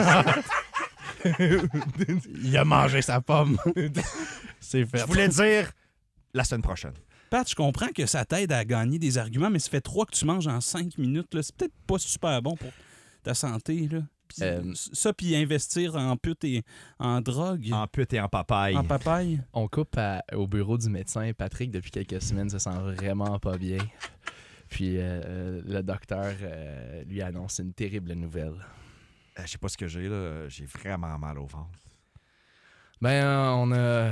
Speaker 3: le temps.
Speaker 4: Il a mangé sa pomme. C'est fait.
Speaker 2: Je voulais dire la semaine prochaine.
Speaker 1: Pat, je comprends que ça t'aide à gagner des arguments, mais ça fait trois que tu manges en cinq minutes. Là. C'est peut-être pas super bon pour ta santé. Là. Puis,
Speaker 3: Euh,
Speaker 1: ça, puis investir en pute et en drogue,
Speaker 2: En pute et en papaye.
Speaker 1: en papaye.
Speaker 3: On coupe à- au bureau du médecin. Patrick, depuis quelques semaines, se sent vraiment pas bien. Puis euh, le docteur euh, lui annonce une terrible nouvelle.
Speaker 2: Euh, je sais pas ce que j'ai, là. J'ai vraiment mal au ventre.
Speaker 3: Ben, euh, on a...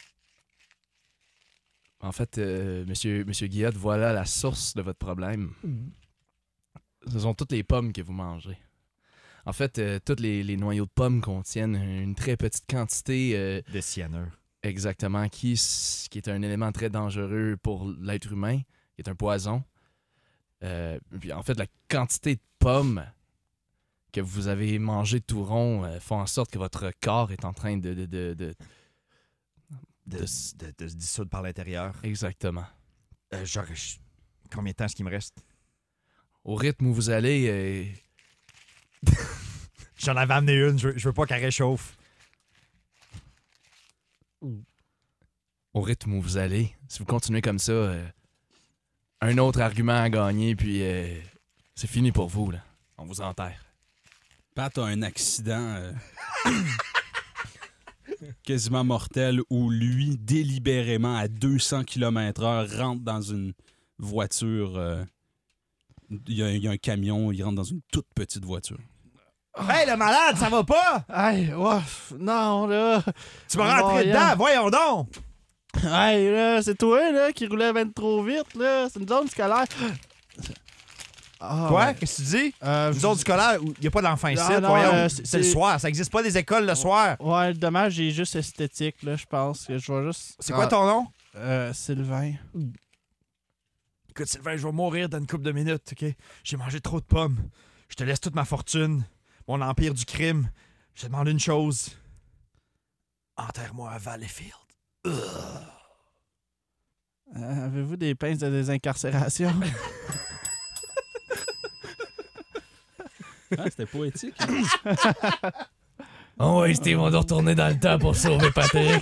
Speaker 3: En fait, euh, monsieur, monsieur Guillotte, voilà la source de votre problème. Ce sont toutes les pommes que vous mangez. En fait, euh, tous les, les noyaux de pommes contiennent une très petite quantité, euh,
Speaker 2: De cyanure.
Speaker 3: exactement, qui, s- qui est un élément très dangereux pour l'être humain, qui est un poison. Euh, puis en fait, la quantité de pommes que vous avez mangé tout rond euh, font en sorte que votre corps est en train de... de, de, de-
Speaker 2: De,
Speaker 3: de-
Speaker 2: de- de se dissoudre par l'intérieur.
Speaker 3: Exactement.
Speaker 2: Euh, genre, je- combien de temps est-ce qu'il me reste?
Speaker 3: Au rythme où vous allez, euh,
Speaker 2: J'en avais amené une. Je veux, je veux pas qu'elle réchauffe.
Speaker 3: au rythme où vous allez, si vous continuez comme ça, euh, un autre argument à gagner, puis euh, c'est fini pour vous, là. On vous enterre.
Speaker 1: Pat a un accident euh, quasiment mortel où lui, délibérément, à deux cents kilomètres heure, rentre dans une voiture. euh, Il y, a- il y a un camion, il rentre dans une toute petite voiture.
Speaker 2: Hey, le malade, ça va pas?
Speaker 4: Hey, ouais, non, là.
Speaker 2: Tu m'as rentré
Speaker 4: Voyons.
Speaker 2: dedans, voyons donc!
Speaker 4: Hey, là, c'est toi, là, qui roulait ben trop vite, là. C'est une zone scolaire. Ah,
Speaker 2: Quoi?
Speaker 4: ouais.
Speaker 2: Qu'est-ce que tu dis?
Speaker 4: Euh,
Speaker 2: Nous autres scolaires, il n'y a pas d'enfants ici,
Speaker 4: Non, non,
Speaker 2: voyons.
Speaker 4: euh,
Speaker 2: c'est
Speaker 4: c'est-
Speaker 2: le soir, ça existe pas des écoles le soir.
Speaker 4: Ouais, dommage, j'ai juste esthétique, là, je pense. Que je vais juste.
Speaker 2: C'est quoi ton nom?
Speaker 4: Euh, Sylvain.
Speaker 2: Écoute, Sylvain, je vais mourir dans une couple de minutes, OK? J'ai mangé trop de pommes. Je te laisse toute ma fortune, mon empire du crime. Je te demande une chose. Enterre-moi à Valleyfield. Ugh.
Speaker 4: Euh, Avez-vous des pinces de désincarcération?
Speaker 1: Ah, c'était poétique.
Speaker 3: Oh ouais, Steve, on doit retourner dans le temps pour sauver Patrick.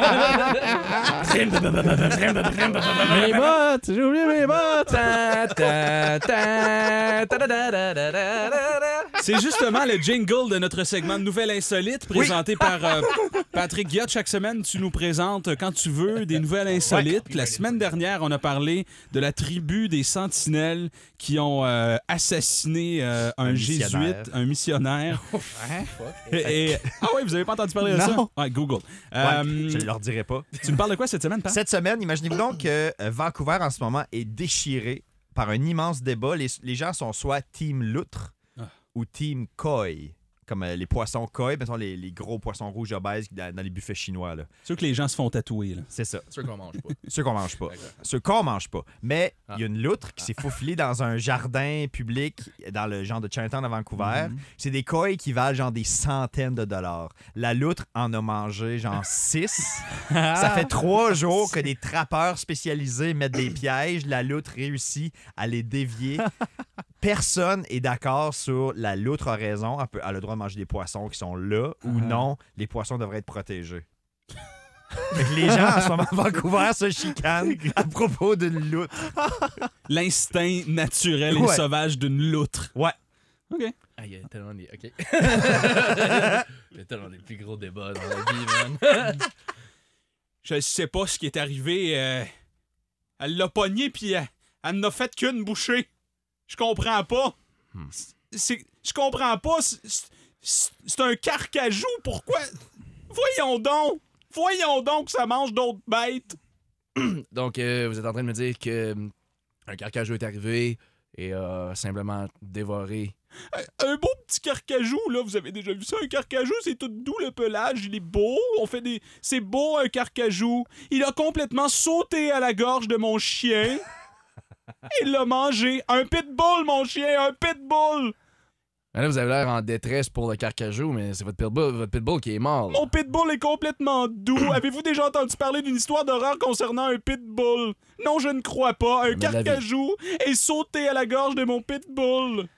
Speaker 4: Mes bottes! J'ai oublié mes bottes!
Speaker 3: Ta, ta, ta, ta, da, da, da, da, da, da.
Speaker 1: C'est justement le jingle de notre segment de Nouvelles Insolites présenté oui. par euh, Patrick Guillotte. Chaque semaine, tu nous présentes, quand tu veux, des nouvelles insolites. Ouais. La semaine dernière, on a parlé de la tribu des Sentinelles qui ont euh, assassiné euh, un, un jésuite, un missionnaire. et, et... Ah oui, vous avez pas entendu parler de
Speaker 2: non.
Speaker 1: ça? Ouais, Google.
Speaker 2: Euh, ouais, je ne leur dirai pas.
Speaker 1: Tu me parles de quoi cette semaine, Pat?
Speaker 2: Cette semaine, imaginez-vous donc que Vancouver, en ce moment, est déchiré par un immense débat. Les, les gens sont soit team loutre ah. ou team koi, comme euh, les poissons koi, mettons les, les gros poissons rouges obèses dans, dans les buffets chinois. Là.
Speaker 1: Ceux que les gens se font tatouer. Là.
Speaker 2: C'est ça.
Speaker 3: Ceux qu'on mange pas.
Speaker 2: Ceux qu'on mange pas. Ceux qu'on mange pas. Mais il ah. y a une loutre qui s'est faufilée dans un jardin public dans le genre de Chinatown à Vancouver. Mm-hmm. C'est des koi qui valent genre des centaines de dollars. La loutre en a mangé genre six. Ça fait trois jours que des trappeurs spécialisés mettent des pièges. La loutre réussit à les dévier. Personne est d'accord sur la loutre a raison. Elle, peut, elle a le droit de manger des poissons qui sont là uh-huh. ou non. Les poissons devraient être protégés. Les gens en ce moment à Vancouver se chicanent à propos d'une loutre.
Speaker 1: L'instinct naturel
Speaker 2: ouais.
Speaker 1: et sauvage d'une loutre.
Speaker 2: Ouais.
Speaker 1: OK.
Speaker 3: Ah, il y a tellement des... OK. Il y a tellement des plus gros débats dans la vie, man.
Speaker 1: Je sais pas ce qui est arrivé. Euh... Elle l'a pogné, puis elle, elle n'a fait qu'une bouchée. Je comprends pas. Hmm. C'est... Je comprends pas. C'est... C'est un carcajou. Pourquoi? Voyons donc. Voyons donc que ça mange d'autres bêtes.
Speaker 3: Donc, euh, vous êtes en train de me dire que euh, un carcajou est arrivé et a euh, simplement dévoré.
Speaker 1: Un, un beau petit carcajou, là. Vous avez déjà vu ça? Un carcajou, c'est tout doux, le pelage. Il est beau. On fait des... C'est beau, un carcajou. Il a complètement sauté à la gorge de mon chien. Il l'a mangé. Un pitbull, mon chien, un pitbull.
Speaker 3: Là, vous avez l'air en détresse pour le carcajou, mais c'est votre pitbull, votre pitbull qui est mort.
Speaker 1: Mon pitbull est complètement doux. Avez-vous déjà entendu parler d'une histoire d'horreur concernant un pitbull? Non, je ne crois pas. Un mais carcajou est sauté à la gorge de mon pitbull.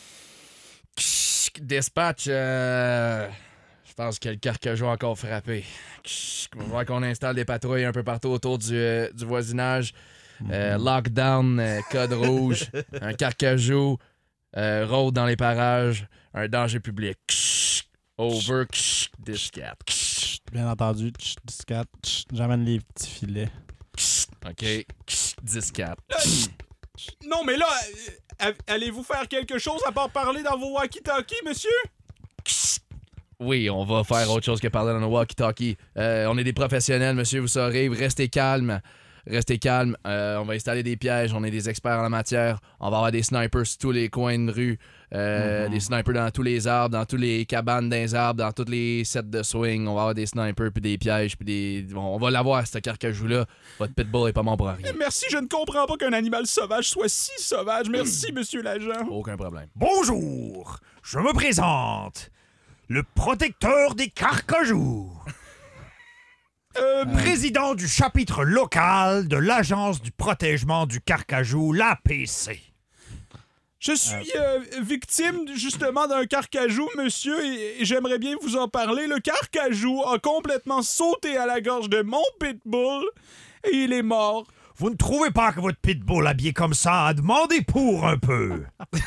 Speaker 3: Dispatch, euh... je pense que le carcajou a encore frappé. On va voir qu'on installe des patrouilles un peu partout autour du, euh, du voisinage. Euh, lockdown, euh, code rouge, un carcajou, euh, rôde dans les parages, un danger public. Over, discat.
Speaker 4: Bien entendu, discat. J'amène les petits filets.
Speaker 3: OK, discat.
Speaker 1: Non, mais là, euh, allez-vous faire quelque chose à part parler dans vos walkie-talkies, monsieur?
Speaker 3: Oui, on va faire autre chose que parler dans nos walkie-talkies. Euh, on est des professionnels, monsieur, vous saurez. Restez calme. Restez calme, euh, on va installer des pièges, on est des experts en la matière, on va avoir des snipers sur tous les coins de rue, euh, mm-hmm. des snipers dans tous les arbres, dans tous les cabanes dans les arbres, dans tous les sets de swing, on va avoir des snipers, puis des pièges, puis des... Bon, on va l'avoir, ce carcajou-là. Votre pitbull est pas bon pour rien.
Speaker 1: Merci, je ne comprends pas qu'un animal sauvage soit si sauvage. Merci, monsieur l'agent.
Speaker 3: Aucun problème.
Speaker 5: Bonjour, je me présente, le protecteur des carcajous. Euh, président du chapitre local de l'Agence du protègement du carcajou, l'A P C.
Speaker 1: Je suis euh, victime justement d'un carcajou, monsieur, et, et j'aimerais bien vous en parler. Le carcajou a complètement sauté à la gorge de mon pitbull et il est mort.
Speaker 5: Vous ne trouvez pas que votre pitbull habillé comme ça a demandé pour un peu?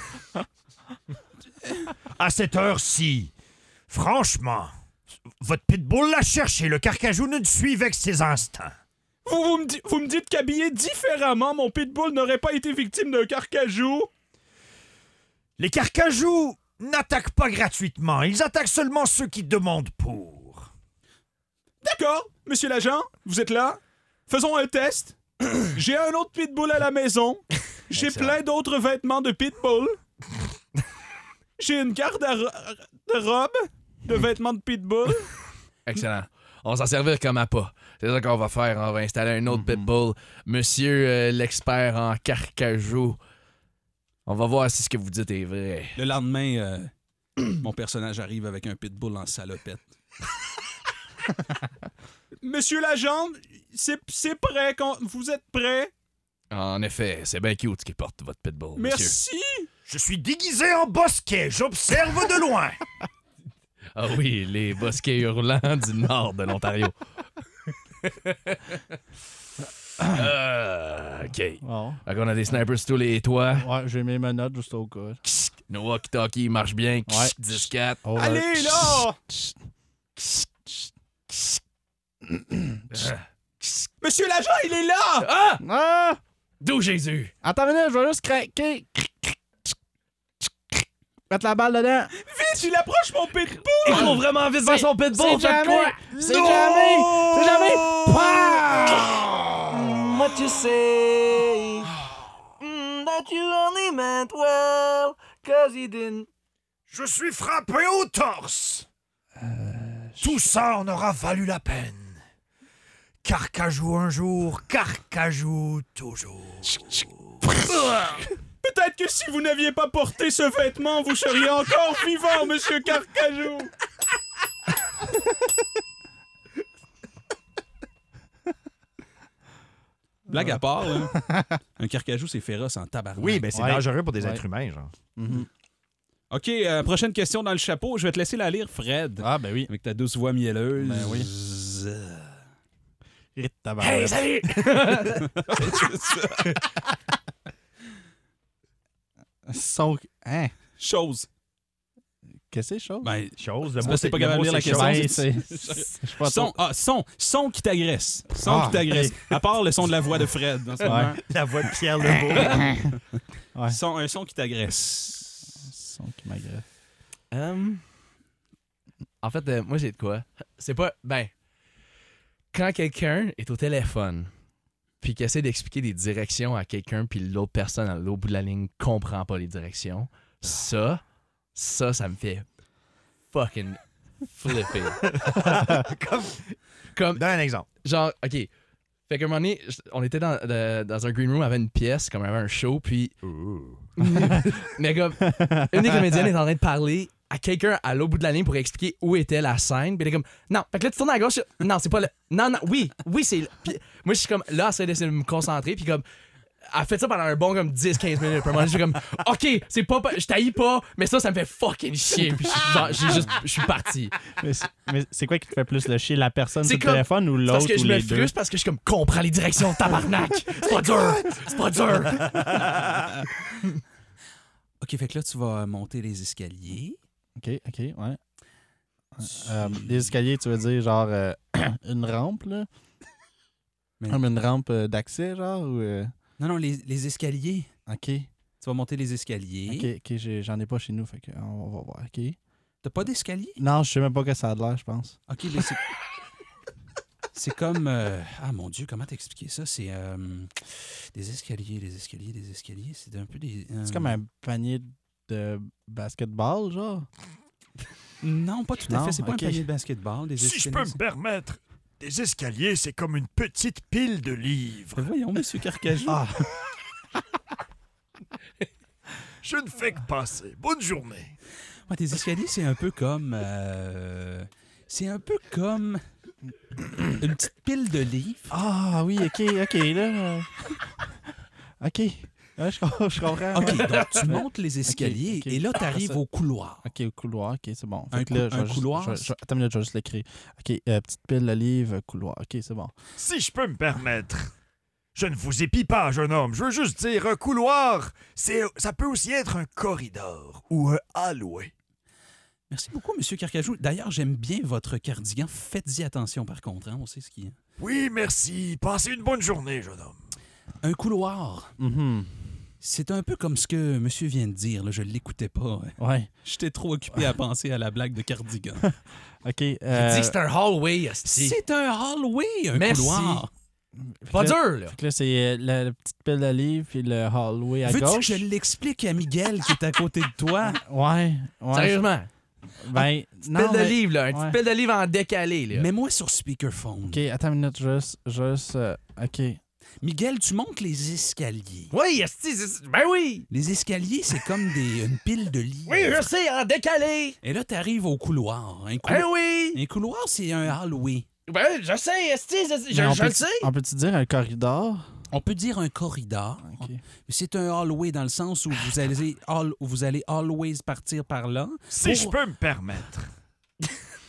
Speaker 5: À cette heure-ci, franchement... Votre pitbull l'a cherché, le carcajou ne suivait que ses instincts.
Speaker 1: Vous, vous, me, di- vous me dites qu'habillé différemment, mon pitbull n'aurait pas été victime d'un carcajou?
Speaker 5: Les carcajous n'attaquent pas gratuitement, ils attaquent seulement ceux qui demandent pour.
Speaker 1: D'accord, monsieur l'agent, vous êtes là? Faisons un test. J'ai un autre pitbull à la maison. J'ai Excellent. plein d'autres vêtements de pitbull. J'ai une garde-robe de vêtements de pitbull.
Speaker 3: Excellent. On va s'en servir comme appât. C'est ça qu'on va faire. On va installer un autre mm-hmm. pitbull. Monsieur euh, l'expert en carcajou. On va voir si ce que vous dites est vrai.
Speaker 1: Le lendemain, euh, mon personnage arrive avec un pitbull en salopette. Monsieur l'agent, c'est, c'est prêt. Quand vous êtes prêt?
Speaker 3: En effet, c'est bien cute ce qui porte votre pitbull.
Speaker 1: Merci.
Speaker 3: Monsieur.
Speaker 5: Je suis déguisé en bosquet. J'observe de loin.
Speaker 3: Ah oui, les bosquets hurlants du nord de l'Ontario. euh, OK.
Speaker 4: Oh.
Speaker 3: Fait qu'on a des snipers sur tous les toits.
Speaker 4: Ouais, j'ai mis mes notes juste au cas.
Speaker 3: Nos walkie-talkie marche bien.
Speaker 4: Ouais.
Speaker 3: dix quatre.
Speaker 4: Over.
Speaker 1: Allez, là! Monsieur l'agent, il est là!
Speaker 3: Ah!
Speaker 4: Ah!
Speaker 3: D'où Jésus?
Speaker 4: Attends une minute, je vais juste craquer. Mettre la balle dedans.
Speaker 1: Vite, il approche mon pitbull!
Speaker 3: Il court vraiment vite vers son pitbull.
Speaker 4: C'est
Speaker 3: Faites quoi?
Speaker 4: jamais. C'est jamais. C'est jamais. Pah!
Speaker 3: What you say? Mm, that you only meant well, cause he didn't.
Speaker 5: Je suis frappé au torse. Tout ça en aura valu la peine. Carcajou un jour, Carcajou toujours.
Speaker 1: Peut-être que si vous n'aviez pas porté ce vêtement, vous seriez encore vivant, monsieur Carcajou! Blague à part, là, un carcajou, c'est féroce en tabarnak.
Speaker 2: Oui, ben c'est
Speaker 4: Ouais.
Speaker 2: dangereux pour des
Speaker 4: Ouais.
Speaker 2: êtres humains, genre.
Speaker 4: Mhm.
Speaker 1: OK, euh, prochaine question dans le chapeau. Je vais te laisser la lire, Fred.
Speaker 4: Ah, ben oui.
Speaker 1: Avec ta douce voix mielleuse.
Speaker 4: Ben oui.
Speaker 1: Euh,
Speaker 4: Hey, tabarouette.
Speaker 3: salut!
Speaker 4: Son... Hein?
Speaker 1: Chose.
Speaker 4: Qu'est-ce que c'est, chose?
Speaker 1: Ben,
Speaker 2: Chose, le
Speaker 1: C'est
Speaker 2: mot
Speaker 1: parce que t'es pas
Speaker 2: le
Speaker 1: capable
Speaker 2: mot,
Speaker 1: de lire la
Speaker 2: c'est
Speaker 1: question.
Speaker 2: chose.
Speaker 4: Ben, c'est... Je sais pas
Speaker 1: son,
Speaker 4: trop.
Speaker 1: ah, son, son qui t'agresse. Son
Speaker 4: Ah,
Speaker 1: qui t'agresse. À part le son de la voix de Fred. Dans ce moment.
Speaker 4: Ouais.
Speaker 2: La voix de Pierre Lebeau.
Speaker 4: Ouais.
Speaker 1: Son, un son qui t'agresse.
Speaker 4: Son qui m'agresse.
Speaker 3: Hum, en fait, euh, moi, j'ai de quoi. C'est pas... Ben, quand quelqu'un est au téléphone puis qu'il essaie d'expliquer des directions à quelqu'un puis l'autre personne à l'autre bout de la ligne comprend pas les directions, ça, ça, ça me fait fucking flipper.
Speaker 2: Comme-
Speaker 3: Comme,
Speaker 2: Donne un exemple.
Speaker 3: genre, OK. Fait qu'à un moment donné, on était dans, de- dans un green room, on avait une pièce, comme on avait un show, puis... Mais comme, une des comédiennes est en train de parler à quelqu'un à l'autre bout de la ligne pour expliquer où était la scène. Puis elle est comme, non, fait que là, tu tournes à gauche. Non, c'est pas le. Non, non, oui, oui, c'est. Puis moi, je suis comme, là, j'essaie d'essayer de me concentrer. Puis comme, elle fait ça pendant un bon comme dix quinze minutes. Puis à un moment donné, je suis comme, OK, c'est pas. Je t'haïs pas, mais ça, ça me fait fucking chier. Puis je suis- genre, j'ai juste. Je suis parti.
Speaker 4: Mais c'est- Mais c'est quoi qui te fait plus le chier, la personne
Speaker 3: C'est
Speaker 4: sur le
Speaker 3: comme-
Speaker 4: téléphone ou
Speaker 3: C'est
Speaker 4: l'autre
Speaker 3: parce que
Speaker 4: ou
Speaker 3: je me
Speaker 4: les deux?
Speaker 3: frustre parce que je suis comme, comprends les directions, tabarnak. C'est pas dur. C'est pas dur.
Speaker 1: OK, fait que là, tu vas monter les escaliers.
Speaker 4: OK, OK, ouais. Euh, les escaliers, tu veux dire genre euh, une rampe, là?
Speaker 1: Mais-
Speaker 4: Comme une rampe euh, d'accès, genre? Ou, euh,
Speaker 1: Non, non, les, les escaliers.
Speaker 4: OK,
Speaker 1: Tu vas monter les escaliers.
Speaker 4: OK, OK, j'ai- j'en ai pas chez nous, fait que on va voir, OK.
Speaker 1: T'as pas d'escalier?
Speaker 4: Non, je sais même pas que ça a de l'air, je pense.
Speaker 1: OK, mais c'est... C'est comme... euh, Ah, mon Dieu, comment t'expliquer ça? C'est euh, des escaliers, des escaliers, des escaliers. C'est un peu des... euh,
Speaker 4: C'est comme un panier de basketball, genre?
Speaker 1: Non, pas tout à
Speaker 4: Non,
Speaker 1: fait. C'est pas
Speaker 4: ok.
Speaker 1: un panier de basketball. Des
Speaker 5: Si je
Speaker 1: escaliers,
Speaker 5: peux
Speaker 1: c'est-
Speaker 5: me permettre, des escaliers, c'est comme une petite pile de livres.
Speaker 1: Mais voyons, monsieur Carcajou.
Speaker 4: Ah,
Speaker 5: Je ne fais que passer. Bonne journée.
Speaker 1: Ouais, tes escaliers, c'est un peu comme... euh, C'est un peu comme... Une petite pile de livres.
Speaker 4: ah oui, OK, OK, là. euh, OK. Ouais, je, com- je comprends.
Speaker 1: OK,
Speaker 4: ouais.
Speaker 1: donc tu montes les escaliers
Speaker 4: ok.
Speaker 1: et là, tu arrives
Speaker 4: Ça-
Speaker 1: au couloir.
Speaker 4: OK, au couloir, OK, c'est bon. Fait
Speaker 1: Un
Speaker 4: que là,
Speaker 1: cou-
Speaker 4: je vais
Speaker 1: un
Speaker 4: juste-
Speaker 1: couloir,
Speaker 4: je vais- je vais- attends une minute, je vais juste l'écrire. OK, euh, petite pile de livres, couloir. OK, c'est bon.
Speaker 5: Si je peux me permettre, je ne vous épie pas, jeune homme. Je veux juste dire, un couloir, c'est, ça peut aussi être un corridor ou un hallway.
Speaker 1: Merci beaucoup, monsieur Carcajou. D'ailleurs, j'aime bien votre cardigan. Faites-y attention, par contre. Hein? On sait ce qui est.
Speaker 5: Oui, merci. Passez une bonne journée, jeune homme.
Speaker 1: Un couloir,
Speaker 4: Mhm.
Speaker 1: c'est un peu comme ce que monsieur vient de dire. Là. Je ne l'écoutais pas.
Speaker 4: Ouais.
Speaker 1: J'étais trop occupé à penser à la blague de cardigan.
Speaker 4: OK.
Speaker 3: Il
Speaker 4: euh,
Speaker 3: dit que c'est un hallway, asti.
Speaker 1: C'est un hallway, un
Speaker 3: Merci.
Speaker 1: couloir.
Speaker 4: fait
Speaker 3: Pas
Speaker 4: que là-
Speaker 3: dur, là.
Speaker 4: Fait que là, c'est euh, la, la petite pile de livres puis le hallway à
Speaker 1: Veux-tu que
Speaker 4: gauche.
Speaker 1: je l'explique à Miguel qui est à côté de toi?
Speaker 4: Ouais. ouais.
Speaker 3: Sérieusement.
Speaker 4: Ben,
Speaker 3: Pile
Speaker 4: non,
Speaker 3: de
Speaker 4: mais-
Speaker 3: livres, là. Un petit
Speaker 4: ouais.
Speaker 3: pile de livres en décalé, là.
Speaker 1: Mets-moi sur speakerphone.
Speaker 4: OK, attends une minute, juste... juste euh, OK.
Speaker 1: Miguel, tu montes les escaliers.
Speaker 3: Oui, asti, c'est- ben oui.
Speaker 1: Les escaliers, c'est comme des, une pile de livres.
Speaker 3: Oui, je sais, en décalé.
Speaker 1: Et là, tu arrives au couloir. Un, cou-
Speaker 3: Ben oui.
Speaker 1: un couloir, c'est un hallway.
Speaker 3: Ben, je sais, esti, je, je,
Speaker 4: Mais on
Speaker 3: je
Speaker 4: peut-
Speaker 3: le sais.
Speaker 4: On peut-tu dire un corridor?
Speaker 1: On peut dire un corridor.
Speaker 4: OK.
Speaker 1: Mais c'est un hallway dans le sens où vous allez, all- où vous allez always partir par là.
Speaker 5: Si
Speaker 1: Pour-
Speaker 5: je peux me permettre.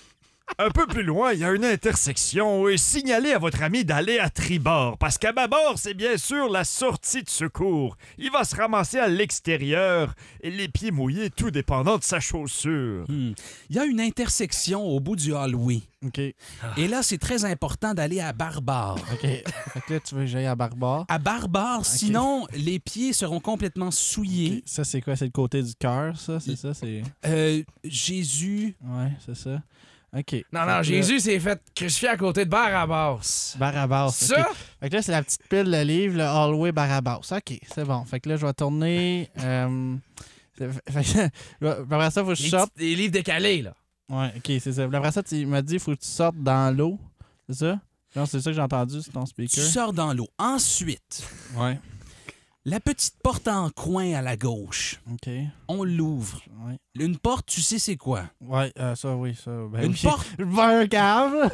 Speaker 5: Un peu plus loin, il y a une intersection. Et signalez à votre ami d'aller à tribord, parce qu'à bâbord, c'est bien sûr la sortie de secours. Il va se ramasser à l'extérieur et les pieds mouillés, tout dépendant de sa chaussure.
Speaker 1: Hmm. Il y a une intersection au bout du hallway.
Speaker 4: OK.
Speaker 1: Et là, c'est très important d'aller à Barbare.
Speaker 4: OK. Fait que là, tu veux que j'aille à Barbare?
Speaker 1: À Barbare, sinon, les pieds seront complètement souillés.
Speaker 4: OK. Ça, c'est quoi? C'est le côté du cœur, ça? C'est ça? C'est...
Speaker 1: Euh, Jésus...
Speaker 4: Ouais, c'est ça. OK.
Speaker 3: Non,
Speaker 4: Fait
Speaker 3: non,
Speaker 4: que là-
Speaker 3: Jésus s'est fait crucifier à côté de Barabbas.
Speaker 4: Barabbas.
Speaker 3: Ça?
Speaker 4: OK. Fait que là, c'est la petite pile de livres, le Hallway Barabbas. OK, c'est bon. Fait que là, je vais tourner... Euh... Fait que... Après ça, il faut que je
Speaker 3: Les,
Speaker 4: sorte...
Speaker 3: petits- les livres décalés, là.
Speaker 4: Ouais, OK, c'est ça. Après ça, tu m'as dit il faut que tu sortes dans l'eau. C'est ça? Non, c'est ça que j'ai entendu sur ton
Speaker 1: Tu
Speaker 4: speaker.
Speaker 1: sors dans l'eau. Ensuite,
Speaker 4: Ouais.
Speaker 1: la petite porte en coin à la gauche,
Speaker 4: OK.
Speaker 1: on l'ouvre.
Speaker 4: Ouais.
Speaker 1: Une porte, tu sais c'est quoi?
Speaker 4: Ouais, euh, ça, oui, ça. Ben
Speaker 1: Une
Speaker 4: oui.
Speaker 1: porte...
Speaker 4: Un cave.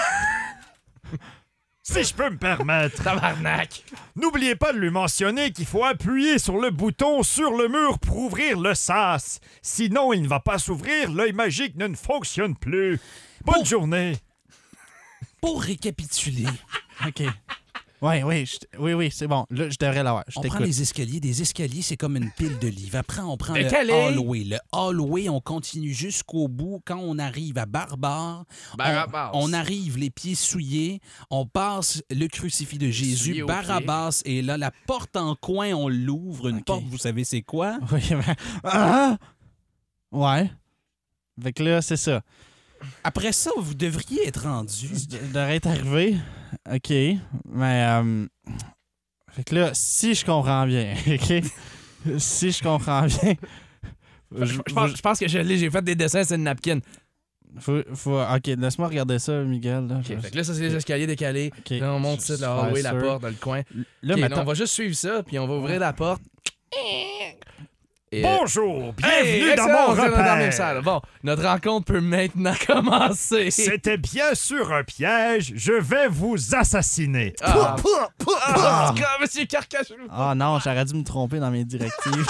Speaker 5: Si je peux me permettre,
Speaker 3: Tabarnak.
Speaker 5: n'oubliez pas de lui mentionner qu'il faut appuyer sur le bouton sur le mur pour ouvrir le sas. Sinon, il ne va pas s'ouvrir, l'œil magique ne fonctionne plus. Bonne
Speaker 1: Bon.
Speaker 5: journée.
Speaker 1: Pour récapituler,
Speaker 4: OK. Ouais, oui, je- oui, oui, c'est bon. Là, je devrais l'avoir. Je
Speaker 1: on prend
Speaker 4: t'écoute.
Speaker 1: les escaliers. Des escaliers, c'est comme une pile de livres. Après, on prend
Speaker 3: Décalé.
Speaker 1: le hallway. Le hallway, on continue jusqu'au bout. Quand on arrive à Barbare, on,
Speaker 3: Barabbas.
Speaker 1: on arrive les pieds souillés. On passe le crucifix de Jésus.
Speaker 3: Souillé aux
Speaker 1: Barabbas est là. La porte en coin, on l'ouvre. Une
Speaker 4: OK.
Speaker 1: porte, vous savez c'est quoi?
Speaker 4: Oui, ben... Ah! Ouais. Fait que là, c'est ça.
Speaker 1: Après ça, vous devriez être rendu.
Speaker 4: Je devrais être arrivé. OK. Mais, euh... Fait que là, si je comprends bien, OK? Si je comprends bien...
Speaker 3: Je, je pense, je pense que je l'ai, j'ai fait des dessins sur une napkin.
Speaker 4: Faut, faut... OK, laisse-moi regarder ça, Miguel. Là,
Speaker 3: OK,
Speaker 4: Je-
Speaker 3: fait que là, ça, c'est les escaliers décalés.
Speaker 4: OK.
Speaker 3: Là, on monte ça,
Speaker 4: Je-
Speaker 3: le hallway, la
Speaker 4: sûr.
Speaker 3: porte, dans le coin.
Speaker 4: Là,
Speaker 3: OK,
Speaker 4: maintenant...
Speaker 3: on va juste suivre ça, puis on va ouvrir la porte. Et, euh,
Speaker 5: Bonjour,
Speaker 3: hey,
Speaker 5: bienvenue dans
Speaker 3: excellent,
Speaker 5: mon
Speaker 3: on est dans la même
Speaker 5: repère.
Speaker 3: salle. Bon, notre rencontre peut maintenant commencer.
Speaker 5: C'était bien sûr un piège. Je vais vous assassiner.
Speaker 3: Ah.
Speaker 5: Pouah, pouah, pouah,
Speaker 3: Ah,
Speaker 5: pouah.
Speaker 3: c'est comme Monsieur Carcachou.
Speaker 4: Ah non, j'aurais dû me tromper dans mes directives.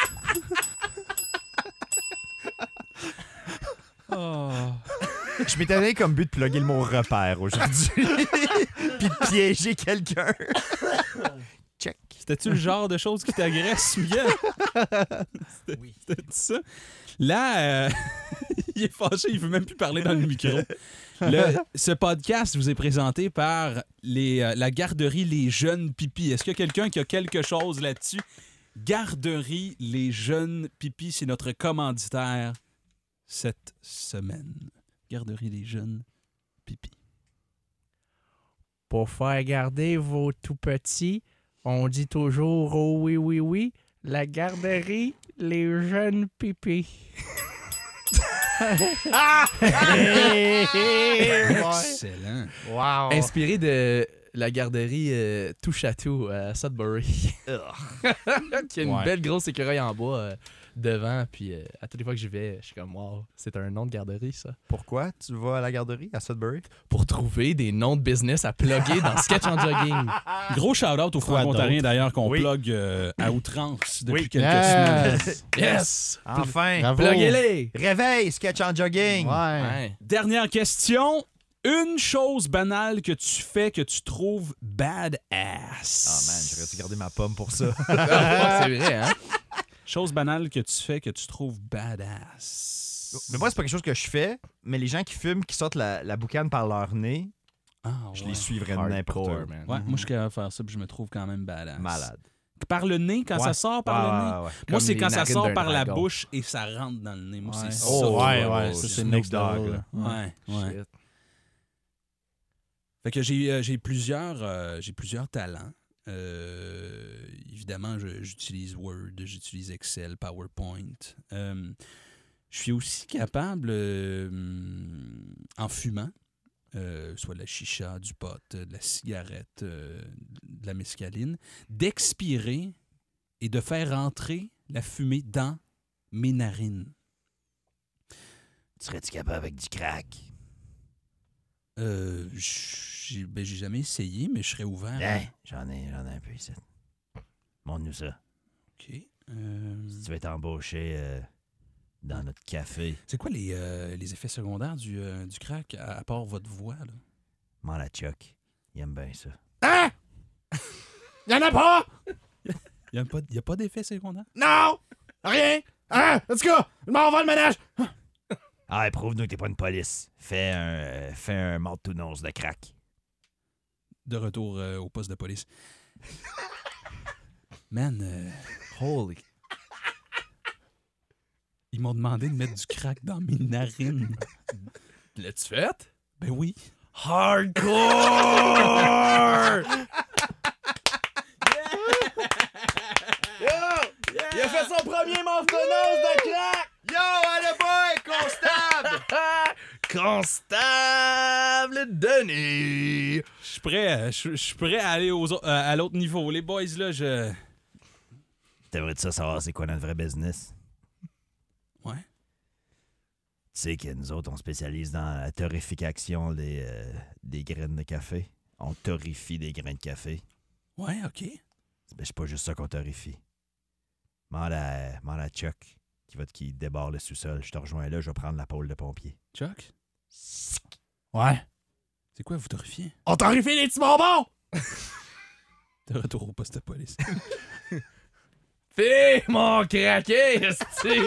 Speaker 1: Oh.
Speaker 5: Je m'étais donné comme but de plugger le mot repère aujourd'hui. Puis de piéger quelqu'un. Check.
Speaker 1: C'était-tu le genre de choses qui t'agressent, Miguel? C'était-
Speaker 3: Oui.
Speaker 1: C'était ça? Là, euh, il est fâché, il veut même plus parler dans le micro. Le- ce podcast vous est présenté par les, euh, la garderie Les Jeunes Pipis. Est-ce qu'il y a quelqu'un qui a quelque chose là-dessus? Garderie Les Jeunes Pipis, c'est notre commanditaire cette semaine. Garderie Les Jeunes Pipis.
Speaker 3: Pour faire garder vos tout-petits, on dit toujours « Oh oui, oui, oui, la garderie, les jeunes pipis.
Speaker 1: Excellent.
Speaker 4: Wow. »
Speaker 3: Inspiré de la garderie euh, Touche à tout à Sudbury. Qui a une
Speaker 1: Ouais.
Speaker 3: belle grosse écureuil en bois euh, devant. Puis euh, à toutes les fois que j'y vais, je suis comme « Wow, c'est un nom de garderie, ça. »
Speaker 5: Pourquoi tu vas à la garderie à Sudbury?
Speaker 3: Pour trouver des noms de business à plugger dans Sketch en Jogging.
Speaker 1: Gros shout-out aux
Speaker 4: Quoi
Speaker 1: franco-ontariens
Speaker 4: d'autre?
Speaker 1: d'ailleurs qu'on
Speaker 5: Oui.
Speaker 1: plug euh, à outrance depuis
Speaker 5: Oui.
Speaker 1: quelques semaines.
Speaker 4: Yes.
Speaker 3: Yes!
Speaker 5: Enfin!
Speaker 4: Bravo.
Speaker 3: Pluguez-les!
Speaker 5: Réveil, sketch en jogging!
Speaker 4: Ouais.
Speaker 3: Ouais.
Speaker 1: Dernière question. Une chose banale que tu fais que tu trouves badass.
Speaker 5: Ah man, j'aurais dû garder ma pomme pour ça.
Speaker 3: Ah, c'est vrai, hein?
Speaker 1: Chose banale que tu fais que tu trouves badass.
Speaker 5: Mais moi, c'est pas quelque chose que je fais, mais les gens qui fument, qui sortent la, la boucane par leur nez,
Speaker 1: Ah,
Speaker 5: je
Speaker 1: ouais.
Speaker 5: les suivrais de n'importe
Speaker 3: Hardcore,
Speaker 5: où.
Speaker 3: man.
Speaker 1: Ouais, moi, je suis capable de faire ça, puis je me trouve quand même badass.
Speaker 5: Malade.
Speaker 1: Par le nez, quand
Speaker 5: Ouais.
Speaker 1: ça sort par
Speaker 5: Ouais,
Speaker 1: le nez.
Speaker 5: ouais, ouais.
Speaker 1: Moi,
Speaker 3: Comme
Speaker 1: c'est
Speaker 3: les
Speaker 1: quand ça
Speaker 3: narines
Speaker 1: sort
Speaker 3: d'un
Speaker 1: par la
Speaker 3: dragon.
Speaker 1: bouche et ça rentre dans le nez. Moi,
Speaker 4: Ouais.
Speaker 1: c'est ça.
Speaker 5: Oh,
Speaker 4: ouais,
Speaker 5: ouais,
Speaker 4: ouais,
Speaker 5: ouais,
Speaker 4: ça
Speaker 5: c'est
Speaker 4: c'est
Speaker 5: Snoop
Speaker 4: next
Speaker 5: Dogg,
Speaker 4: level.
Speaker 5: là.
Speaker 1: Ouais, ouais.
Speaker 3: Shit.
Speaker 1: Fait que j'ai, euh, j'ai plusieurs euh, j'ai plusieurs talents. Euh, évidemment, je- j'utilise Word, j'utilise Excel, PowerPoint. Euh, je suis aussi capable, euh, en fumant, euh, soit de la chicha, du pot, de la cigarette, euh, de la mescaline, d'expirer et de faire entrer la fumée dans mes narines.
Speaker 5: Serais-tu capable avec du crack?
Speaker 1: Euh, j'ai, ben, j'ai jamais essayé, mais je serais ouvert. à-
Speaker 5: Hein? J'en ai, j'en ai un peu ici. Montre-nous ça.
Speaker 1: OK. Euh,
Speaker 5: Si tu veux être embauché euh, dans notre café.
Speaker 1: C'est quoi les, euh, les effets secondaires du, euh, du crack, à, à part votre voix, là?
Speaker 5: M'en la Chuck. Il aime bien ça.
Speaker 4: Hein? Y'en a pas?
Speaker 1: Il n'y a pas d'effet secondaire?
Speaker 4: Non! Rien! Hein? En tout cas, je m'en vais le ménage!
Speaker 5: Ah, prouve-nous que t'es pas une police. Fais un, euh, fais un mort tout nose de crack.
Speaker 1: De retour euh, au poste de police. Man, euh,
Speaker 3: Holy.
Speaker 1: ils m'ont demandé de mettre du crack dans mes narines.
Speaker 3: L'as-tu fait?
Speaker 1: Ben oui.
Speaker 3: Hardcore!
Speaker 2: Il a fait son premier mort de nose de crack! Yo, allez boy, constable!
Speaker 3: Constable Denis!
Speaker 1: Je suis prêt, euh, je je suis prêt à aller aux au- euh, à l'autre niveau. Les boys, là, je...
Speaker 5: T'aimerais-tu ça savoir c'est quoi notre vrai business?
Speaker 1: Ouais.
Speaker 5: Tu sais que nous autres, on spécialise dans la torréfication des, euh, des graines de café. On torréfie des grains de café.
Speaker 1: Ouais, OK.
Speaker 5: Ben, c'est pas juste ça qu'on torréfie. Mande à, mande à Chuck qui, va, qui débarre le sous-sol. Je te rejoins là, je vais prendre la pôle de pompier.
Speaker 1: Chuck,
Speaker 4: Ouais.
Speaker 1: c'est quoi, vous torréfiez?
Speaker 4: On t'a refait les petits bonbons!
Speaker 1: De retour au poste de police.
Speaker 3: Fais mon craqué, esti!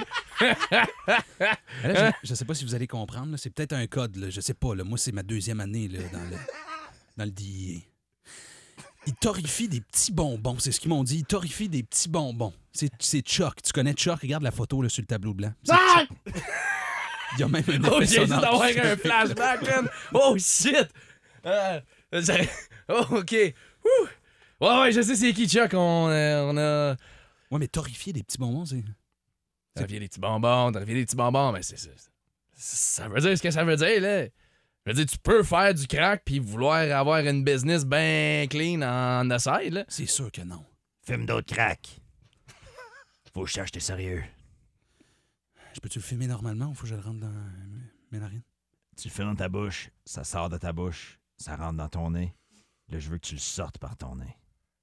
Speaker 1: Là, je, je sais pas si vous allez comprendre, là, c'est peut-être un code, là, je sais pas. Là, moi, c'est ma deuxième année là, dans, le, dans le D I A. Ils torrifient des petits bonbons, c'est ce qu'ils m'ont dit. Ils torrifient des petits bonbons. C'est, c'est Chuck. Tu connais Chuck? Regarde la photo là, sur le tableau blanc. C'est
Speaker 4: Ah!
Speaker 1: Chuck. Il y a même un
Speaker 3: Oh,
Speaker 1: effet
Speaker 3: j'ai juste
Speaker 1: sonore.
Speaker 3: d'avoir un flashback, man! Oh, shit! Euh, j'ai- oh, OK. Ouh. Ouais, ouais, je sais c'est qui, Chuck. On, euh, on a...
Speaker 1: Ouais, mais torrifier des petits bonbons, c'est...
Speaker 3: T'as reviens des petits bonbons, t'as reviens des petits bonbons, mais c'est, c'est, c'est- ça veut dire ce que ça veut dire, là. Je veux dire, tu peux faire du crack puis vouloir avoir une business bien clean en aside, là.
Speaker 1: C'est sûr que non.
Speaker 5: Fume d'autres crack. Faut que je cherche, t'es sérieux.
Speaker 1: Je peux-tu le filmer normalement ou faut que je le rentre dans mes narines?
Speaker 5: Tu le fais dans ta bouche, ça sort de ta bouche, ça rentre dans ton nez. Là, je veux que tu le sortes par ton nez.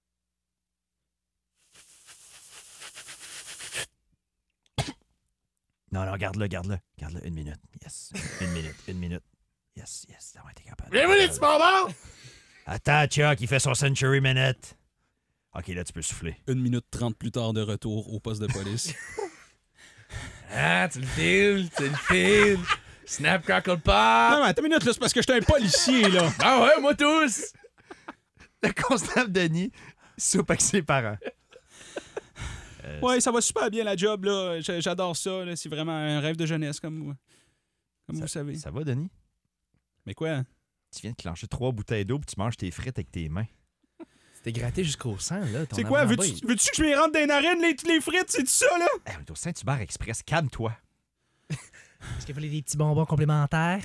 Speaker 5: Non, non, garde-le, garde-le. Garde-le, une minute. Yes. Une minute, une minute. Yes, yes, ça va être capable.
Speaker 4: Viens-moi les petits bonbons!
Speaker 5: Attends, Chuck, il fait son Century Minute. OK, là, tu peux souffler.
Speaker 1: Une minute trente plus tard de retour au poste de police.
Speaker 3: Ah, tu le files, tu le files. Snap, crackle, pop.
Speaker 1: Non, mais attends une minute, là, c'est parce que j'étais un policier, là.
Speaker 3: Ah ouais, moi tous.
Speaker 2: Le constable Denis soupe avec ses parents.
Speaker 5: Euh,
Speaker 1: Ouais, ça va super bien la job, là. J- J'adore ça, là. C'est vraiment un rêve de jeunesse, comme vous, comme vous savez.
Speaker 2: Ça va, Denis?
Speaker 1: Mais quoi?
Speaker 2: Tu viens de clencher trois bouteilles d'eau puis tu manges tes frites avec tes mains.
Speaker 3: C'était gratté jusqu'au sang, là. ton
Speaker 1: C'est quoi?
Speaker 3: avant-bas,
Speaker 1: Veux-tu veux-tu que je me rentre dans les narines, les, les frites? C'est ça, là?
Speaker 2: Hey, on est au Saint-Hubert Express, calme-toi.
Speaker 3: il- Est-ce qu'il fallait des petits bonbons complémentaires?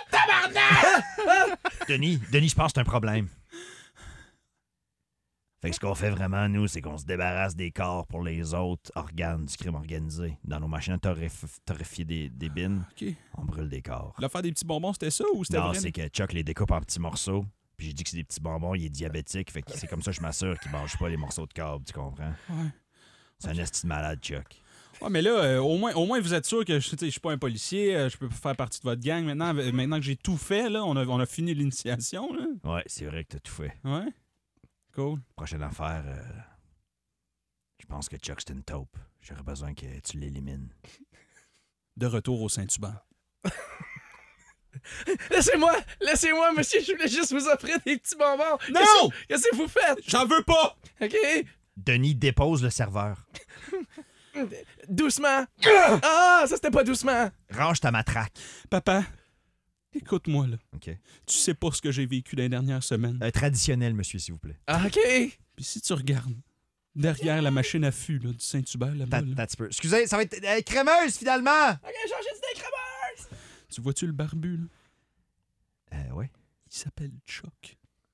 Speaker 5: Denis, Denis, je pense que c'est un problème. Fait que ce qu'on fait vraiment, nous, c'est qu'on se débarrasse des corps pour les autres organes du crime organisé. Dans nos machines à torréf- torréfier des, des bines,
Speaker 1: OK.
Speaker 5: on brûle des corps.
Speaker 1: L'affaire des petits bonbons, c'était ça ou c'était
Speaker 5: Non,
Speaker 1: vrai?
Speaker 5: c'est que Chuck les découpe en petits morceaux. Puis j'ai dit que c'est des petits bonbons, il est diabétique. Fait que c'est comme ça que je m'assure qu'il mange pas les morceaux de câble, tu comprends?
Speaker 1: Ouais.
Speaker 5: C'est un esti de malade, Chuck.
Speaker 1: Ouais, mais là, euh, au, moins, au moins, vous êtes sûr que je, tu sais, je suis pas un policier, euh, je peux faire partie de votre gang. Maintenant, euh, maintenant que j'ai tout fait, là, on a, on a fini l'initiation, là.
Speaker 5: Ouais, c'est vrai que t'as tout fait.
Speaker 1: Ouais. Cool.
Speaker 5: Prochaine affaire, euh, je pense que Chuck, c'est une taupe. J'aurais besoin que tu l'élimines.
Speaker 1: De retour au Saint-Hubert.
Speaker 3: Laissez-moi, laissez-moi, monsieur, je voulais juste vous offrir des petits bonbons.
Speaker 1: Non!
Speaker 3: Qu'est-ce- Qu'est-ce que vous faites?
Speaker 1: J'en veux pas!
Speaker 3: OK?
Speaker 2: Denis dépose le serveur.
Speaker 3: Doucement. Ah, ça c'était pas doucement.
Speaker 2: Range ta matraque.
Speaker 1: Papa, écoute-moi, là.
Speaker 2: OK.
Speaker 1: Tu sais pas ce que j'ai vécu les dernières semaines.
Speaker 2: Euh, traditionnel, monsieur, s'il vous plaît.
Speaker 3: Ah, OK.
Speaker 1: Puis si tu regardes, derrière la machine à fût là, du Saint-Hubert, là-bas,
Speaker 2: T'as
Speaker 1: là,
Speaker 2: t'as un petit peu. Excusez, ça va être euh, crémeuse, finalement!
Speaker 3: OK, changez d'idée, creveurs.
Speaker 1: tu vois-tu le barbu, là?
Speaker 2: Euh, ouais.
Speaker 1: Il s'appelle Chuck.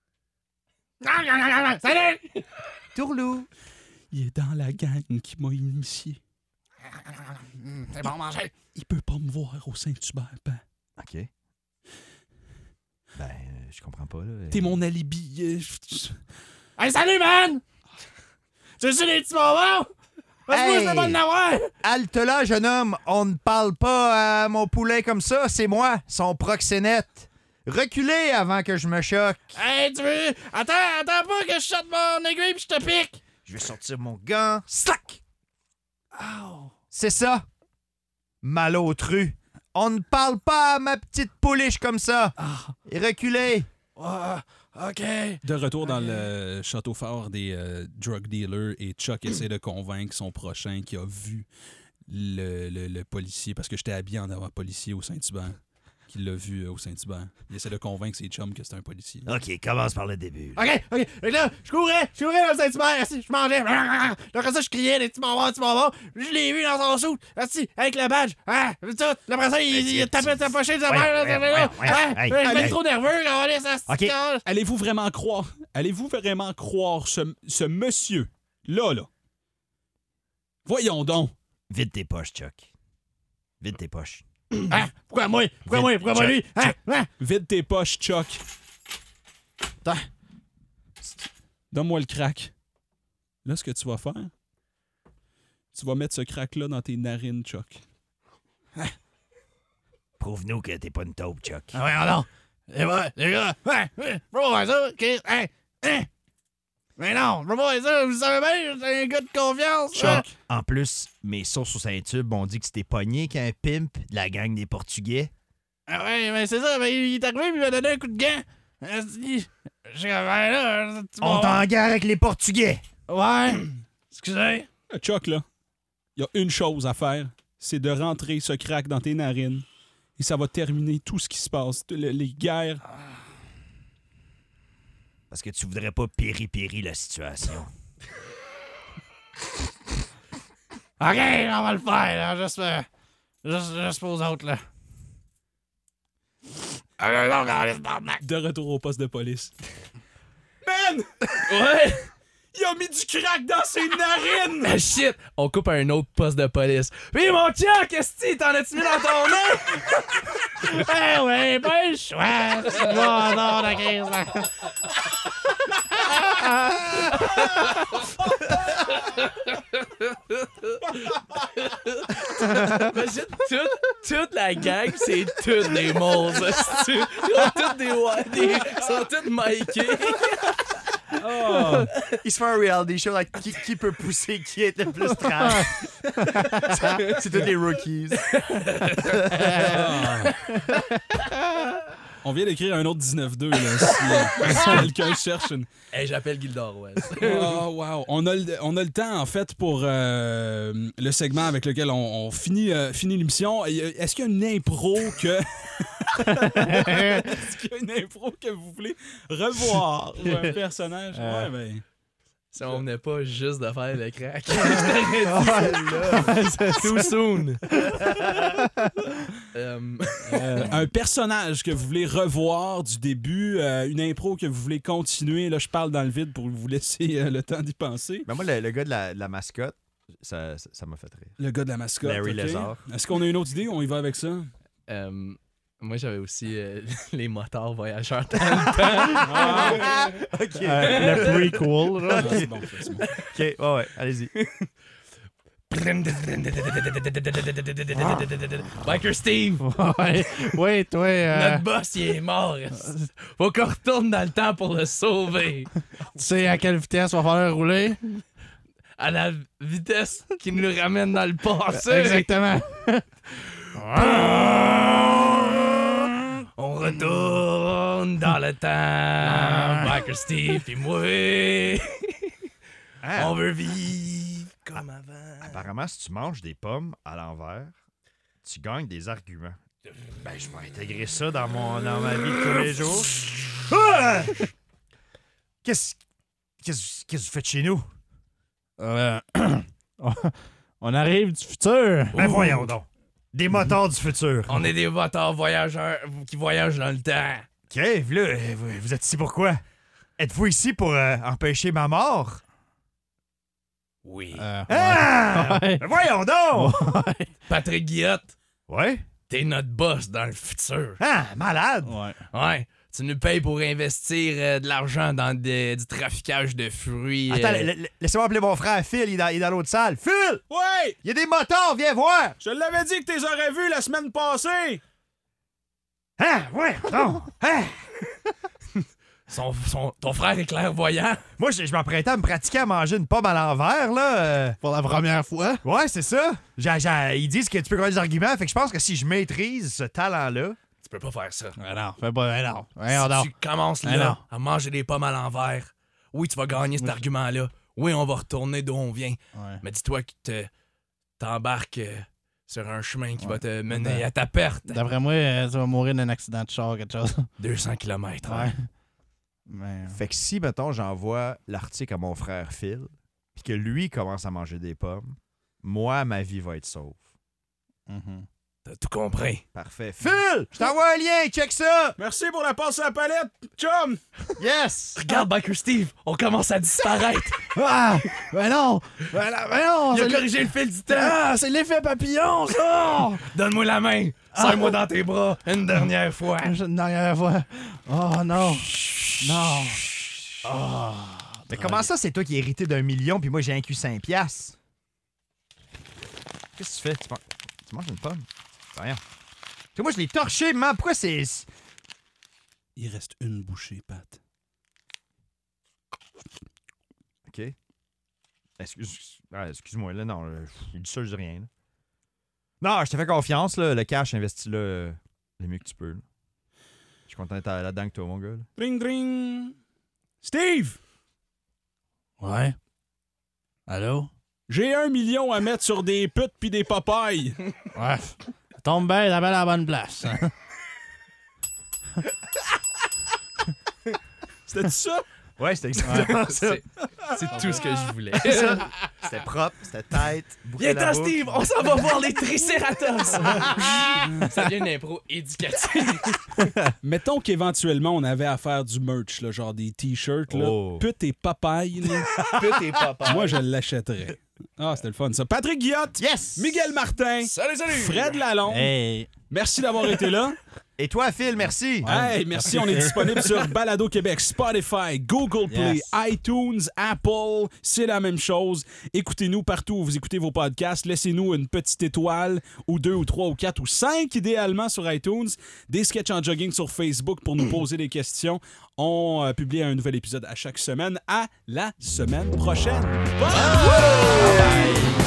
Speaker 4: Salut!
Speaker 2: Tourlou!
Speaker 1: Il est dans la gang qui m'a initié.
Speaker 4: C'est bon, manger.
Speaker 1: Il peut pas me voir au Saint-Hubert, papa.
Speaker 2: OK. Ben, euh, je comprends pas, là.
Speaker 1: T'es mon alibi. euh, je-
Speaker 4: Hey, salut, man! Tu veux des petits bonbons? Parce que moi, je peux pas en avoir!
Speaker 2: Halte là, jeune homme. On ne parle pas à mon poulet comme ça. C'est moi, son proxénète. Reculez avant que je me choque.
Speaker 4: Hey, tu veux... Attends, attends pas que je sorte mon aiguille pis je te pique!
Speaker 2: Je vais sortir mon gant. Slack! C'est ça. Malotru. On ne parle pas à ma petite pouliche comme ça. Et reculez.
Speaker 4: Oh, OK.
Speaker 1: De retour dans le château fort des euh, drug dealers et Chuck essaie de convaincre son prochain qui a vu le, le, le policier, parce que j'étais habillé en avant policier au Saint-Hubert, qui l'a vu euh, au Saint-Hubert. Il essaie de convaincre ses chums que c'est un policier.
Speaker 5: OK, commence par le début. là.
Speaker 4: OK, OK. Fait que là, je courais, je courais dans le Saint-Hubert, assis, je mangeais. Là, après ça, je criais des petits bonbons, des petits bonbons. Je l'ai vu dans son sou, assis, avec le badge. Ah, tout. Là, après ça, il, il tapait sa pochette de sa mère. Là, là, là. Ah, je suis trop nerveux, là, ça se
Speaker 5: OK.
Speaker 4: casse.
Speaker 1: Allez-vous vraiment croire, allez-vous vraiment croire ce, ce monsieur, là, là? Voyons donc.
Speaker 5: Vide tes poches, Chuck. Vide tes poches.
Speaker 4: Ah, pourquoi moi? Pourquoi moi? Pourquoi moi, lui? Ah, ah.
Speaker 1: Vide tes poches, Chuck.
Speaker 4: Attends.
Speaker 1: Donne-moi le crack. Là, ce que tu vas faire, tu vas mettre ce crack-là dans tes narines, Chuck.
Speaker 5: Prouve-nous que t'es pas une taupe, Chuck.
Speaker 4: Ah ouais, alors. Et ouais, les gars. Ouais, ouais. Je peux pas faire ça. OK. Hein, hein. Mais non, je peux pas faire ça. Vous savez bien, j'ai un gars de confiance. hein.
Speaker 2: Chuck. En plus, mes sources au Saint-Tube ont dit que c'était pogné qu'un pimp de la gang des Portugais.
Speaker 4: Ah ouais, mais c'est ça. Ben, il est arrivé et il m'a donné un coup de gant. Euh, dit, j'ai dit, ben là, tu
Speaker 2: On
Speaker 4: vas-
Speaker 2: est en guerre avec les Portugais.
Speaker 4: Ouais. Excusez.
Speaker 1: Euh, Chuck, là, il y a une chose à faire, c'est de rentrer ce crack dans tes narines. Et ça va terminer tout ce qui se passe. Le- les guerres.
Speaker 5: Parce que tu voudrais pas péri-péri la situation.
Speaker 4: OK, on va le faire, là. Juste, euh, juste, juste pour aux autres, là. Ah, non, non, laisse barnac.
Speaker 1: De retour au poste de police. Man!
Speaker 3: Ouais!
Speaker 1: Il a mis du crack dans ses narines!
Speaker 3: Ah, shit! On coupe à un autre poste de police. Puis mon Chuck, qu'est-ce que t'en as-tu mis dans ton nez?
Speaker 4: Eh ouais, pas le choix. Non, non, la crise, là.
Speaker 3: Imagine, toute, toute la gang, c'est toutes des monstres. hostie. Ils ont toutes des, ouais, des ils sont toutes mikés.
Speaker 2: Il se fait un reality show like, qui, qui peut pousser, qui est le plus trash. C'est tous des rookies.
Speaker 1: On vient d'écrire un autre dix-neuf deux, là, si, euh, si quelqu'un cherche une...
Speaker 3: Hey, j'appelle Gildor West.
Speaker 1: Oh, wow. On a, le, on a le temps, en fait, pour euh, le segment avec lequel on, on finit, euh, finit l'émission. Est-ce qu'il y a une impro que... Est-ce qu'il y a une impro que vous voulez revoir ou un personnage? Ouais, ben...
Speaker 3: Si on venait pas juste de faire le crack.
Speaker 4: C'est
Speaker 3: Too soon. Euh,
Speaker 1: Un personnage que vous voulez revoir du début, euh, une impro que vous voulez continuer. Là, je parle dans le vide pour vous laisser euh, le temps d'y penser.
Speaker 2: Ben moi, le, le gars de la, de la mascotte, ça ça- ça m'a fait rire.
Speaker 1: Le gars de la mascotte.
Speaker 2: Larry
Speaker 1: ok.
Speaker 2: Lézard.
Speaker 1: Est-ce qu'on a une autre idée ou on y va avec ça?
Speaker 3: euh, moi, j'avais aussi euh, les motards voyageurs.
Speaker 2: OK.
Speaker 4: le prequel, là.
Speaker 1: Ah, c'est bon, c'est bon.
Speaker 2: OK, ouais, ouais, allez-y.
Speaker 3: Biker Steve!
Speaker 4: Ouais, ouais, toi. euh,
Speaker 3: Notre boss, il est mort. Faut qu'on retourne dans le temps pour le sauver.
Speaker 4: tu sais à quelle vitesse on va falloir rouler?
Speaker 3: À la vitesse qui nous ramène dans le passé.
Speaker 4: Exactement.
Speaker 3: On retourne dans le temps. Biker Steve et moi.
Speaker 2: Ah,
Speaker 3: On veut vivre comme avant.
Speaker 2: apparemment, si tu manges des pommes à l'envers, tu gagnes des arguments. Ben, je vais intégrer ça dans, mon, dans ma vie de tous les jours. Ah! Qu'est-ce qu'est-ce qu'est-ce que vous faites chez nous?
Speaker 4: Euh, on arrive du futur.
Speaker 2: Ben voyons donc. Des motards du futur.
Speaker 3: On est des motards voyageurs qui voyagent dans le temps.
Speaker 2: OK, là, vous, vous êtes ici pourquoi? Êtes-vous ici pour euh, empêcher ma mort?
Speaker 3: Oui.
Speaker 4: Euh,
Speaker 2: Ah!
Speaker 4: ouais.
Speaker 2: Ben voyons donc!
Speaker 3: Patrick Guillotte,
Speaker 2: Ouais?
Speaker 3: t'es notre boss dans le futur.
Speaker 2: Ah, malade!
Speaker 4: Ouais.
Speaker 3: Ouais. Tu nous payes pour investir euh, de l'argent dans des- du traficage de fruits.
Speaker 2: Attends,
Speaker 3: euh,
Speaker 2: la- la- laissez-moi appeler mon frère Phil, il est dans, il est dans l'autre salle. Phil!
Speaker 1: Ouais!
Speaker 2: Il y a des motards, viens voir!
Speaker 1: Je l'avais dit que t'es aurais vus la semaine passée!
Speaker 2: Hein? Ouais, non! Hein?
Speaker 3: son- son- ton frère est clairvoyant.
Speaker 2: Moi, je, je m'apprêtais à me pratiquer à manger une pomme à l'envers, là. euh.
Speaker 4: Pour la première fois.
Speaker 2: Ouais, c'est ça. J'ai- j'ai- ils disent que tu peux gagner des arguments, fait que je pense que si je maîtrise ce talent-là...
Speaker 3: Tu peux pas faire ça.
Speaker 4: Ben non, fais pas, ben non. Voyons
Speaker 3: Si
Speaker 4: donc.
Speaker 3: tu commences
Speaker 4: Ben
Speaker 3: là
Speaker 4: non.
Speaker 3: à manger des pommes à l'envers, oui, tu vas gagner cet argument-là. Oui, on va retourner d'où on vient.
Speaker 4: Ouais.
Speaker 3: Mais dis-toi que te- t'embarques euh, sur un chemin qui va
Speaker 4: Ouais.
Speaker 3: te mener
Speaker 4: Ben,
Speaker 3: à ta perte.
Speaker 4: D'après moi, euh, tu vas mourir d'un accident de char ou quelque chose.
Speaker 3: deux cents kilomètres.
Speaker 4: Ouais. Mais...
Speaker 2: Fait que si, mettons, j'envoie l'article à mon frère Phil, puis que lui commence à manger des pommes, moi, ma vie va être sauve.
Speaker 4: Mhm.
Speaker 3: T'as tout compris.
Speaker 2: Parfait. Phil! Je t'envoie un lien, check ça!
Speaker 1: Merci pour la passe à la palette, chum!
Speaker 2: Yes!
Speaker 3: Regarde, Biker Steve, on commence à disparaître.
Speaker 4: Ah! Ben non! Ben, non, ben non!
Speaker 3: Il a
Speaker 4: c'est
Speaker 3: corrigé le fil du temps.
Speaker 4: Ah, c'est l'effet papillon, ça!
Speaker 3: Donne-moi la main. Serre-moi dans tes bras une dernière fois.
Speaker 4: Une dernière fois. Oh non! Non! Oh,
Speaker 2: Mais comment ça, c'est toi qui es hérité d'un million, puis moi, j'ai un cul cinq piastres? Qu'est-ce que tu fais? Tu, man- tu manges une pomme? C'est rien. Tu sais, moi, je l'ai torché, man. Pourquoi c'est...
Speaker 1: Il reste une bouchée, Pat.
Speaker 2: OK. Excuse... ah, excuse-moi, là, non. là, Je dis ça, je dis rien. là. Non, je te fais confiance, là. Le cash, investis-le euh, le mieux que tu peux. là. Je suis content d'être là-dedans que toi, mon gars. là.
Speaker 1: Dring, dring! Steve!
Speaker 4: Ouais. Allô?
Speaker 1: J'ai un million à mettre sur des putes pis des papayes.
Speaker 4: Ouais. Tombe bien, t'appelles à la bonne place.
Speaker 1: C'était ça?
Speaker 2: Ouais, c'était exactement ça.
Speaker 3: C'est c'est tout ce que je voulais.
Speaker 2: C'était propre, c'était tête. boucler
Speaker 3: Viens-t'en,
Speaker 2: la boucle.
Speaker 3: Steve, on s'en va voir les Triceratops. Ça devient une impro éducative.
Speaker 1: Mettons qu'éventuellement, on avait à faire du merch, là, genre des t-shirts, là.
Speaker 2: Oh.
Speaker 1: Pute et papaye, là.
Speaker 3: Pute et papa.
Speaker 1: Moi, je l'achèterais. Ah, c'était le fun, ça. Patrick Guillotte,
Speaker 2: Yes!
Speaker 1: Miguel Martin,
Speaker 3: Salut, salut.
Speaker 1: Fred Lalonde,
Speaker 4: Hey!
Speaker 1: merci d'avoir été là.
Speaker 2: Et toi, Phil, merci.
Speaker 1: Hey, merci, on est disponible sur Balado Québec, Spotify, Google Play,
Speaker 4: Yes.
Speaker 1: iTunes, Apple, c'est la même chose. Écoutez-nous partout où vous écoutez vos podcasts. Laissez-nous une petite étoile, ou deux, ou trois, ou quatre, ou cinq, idéalement, sur iTunes. Des sketchs en jogging sur Facebook pour nous poser des questions. On euh, publie un nouvel épisode à chaque semaine. À la semaine prochaine. Bye!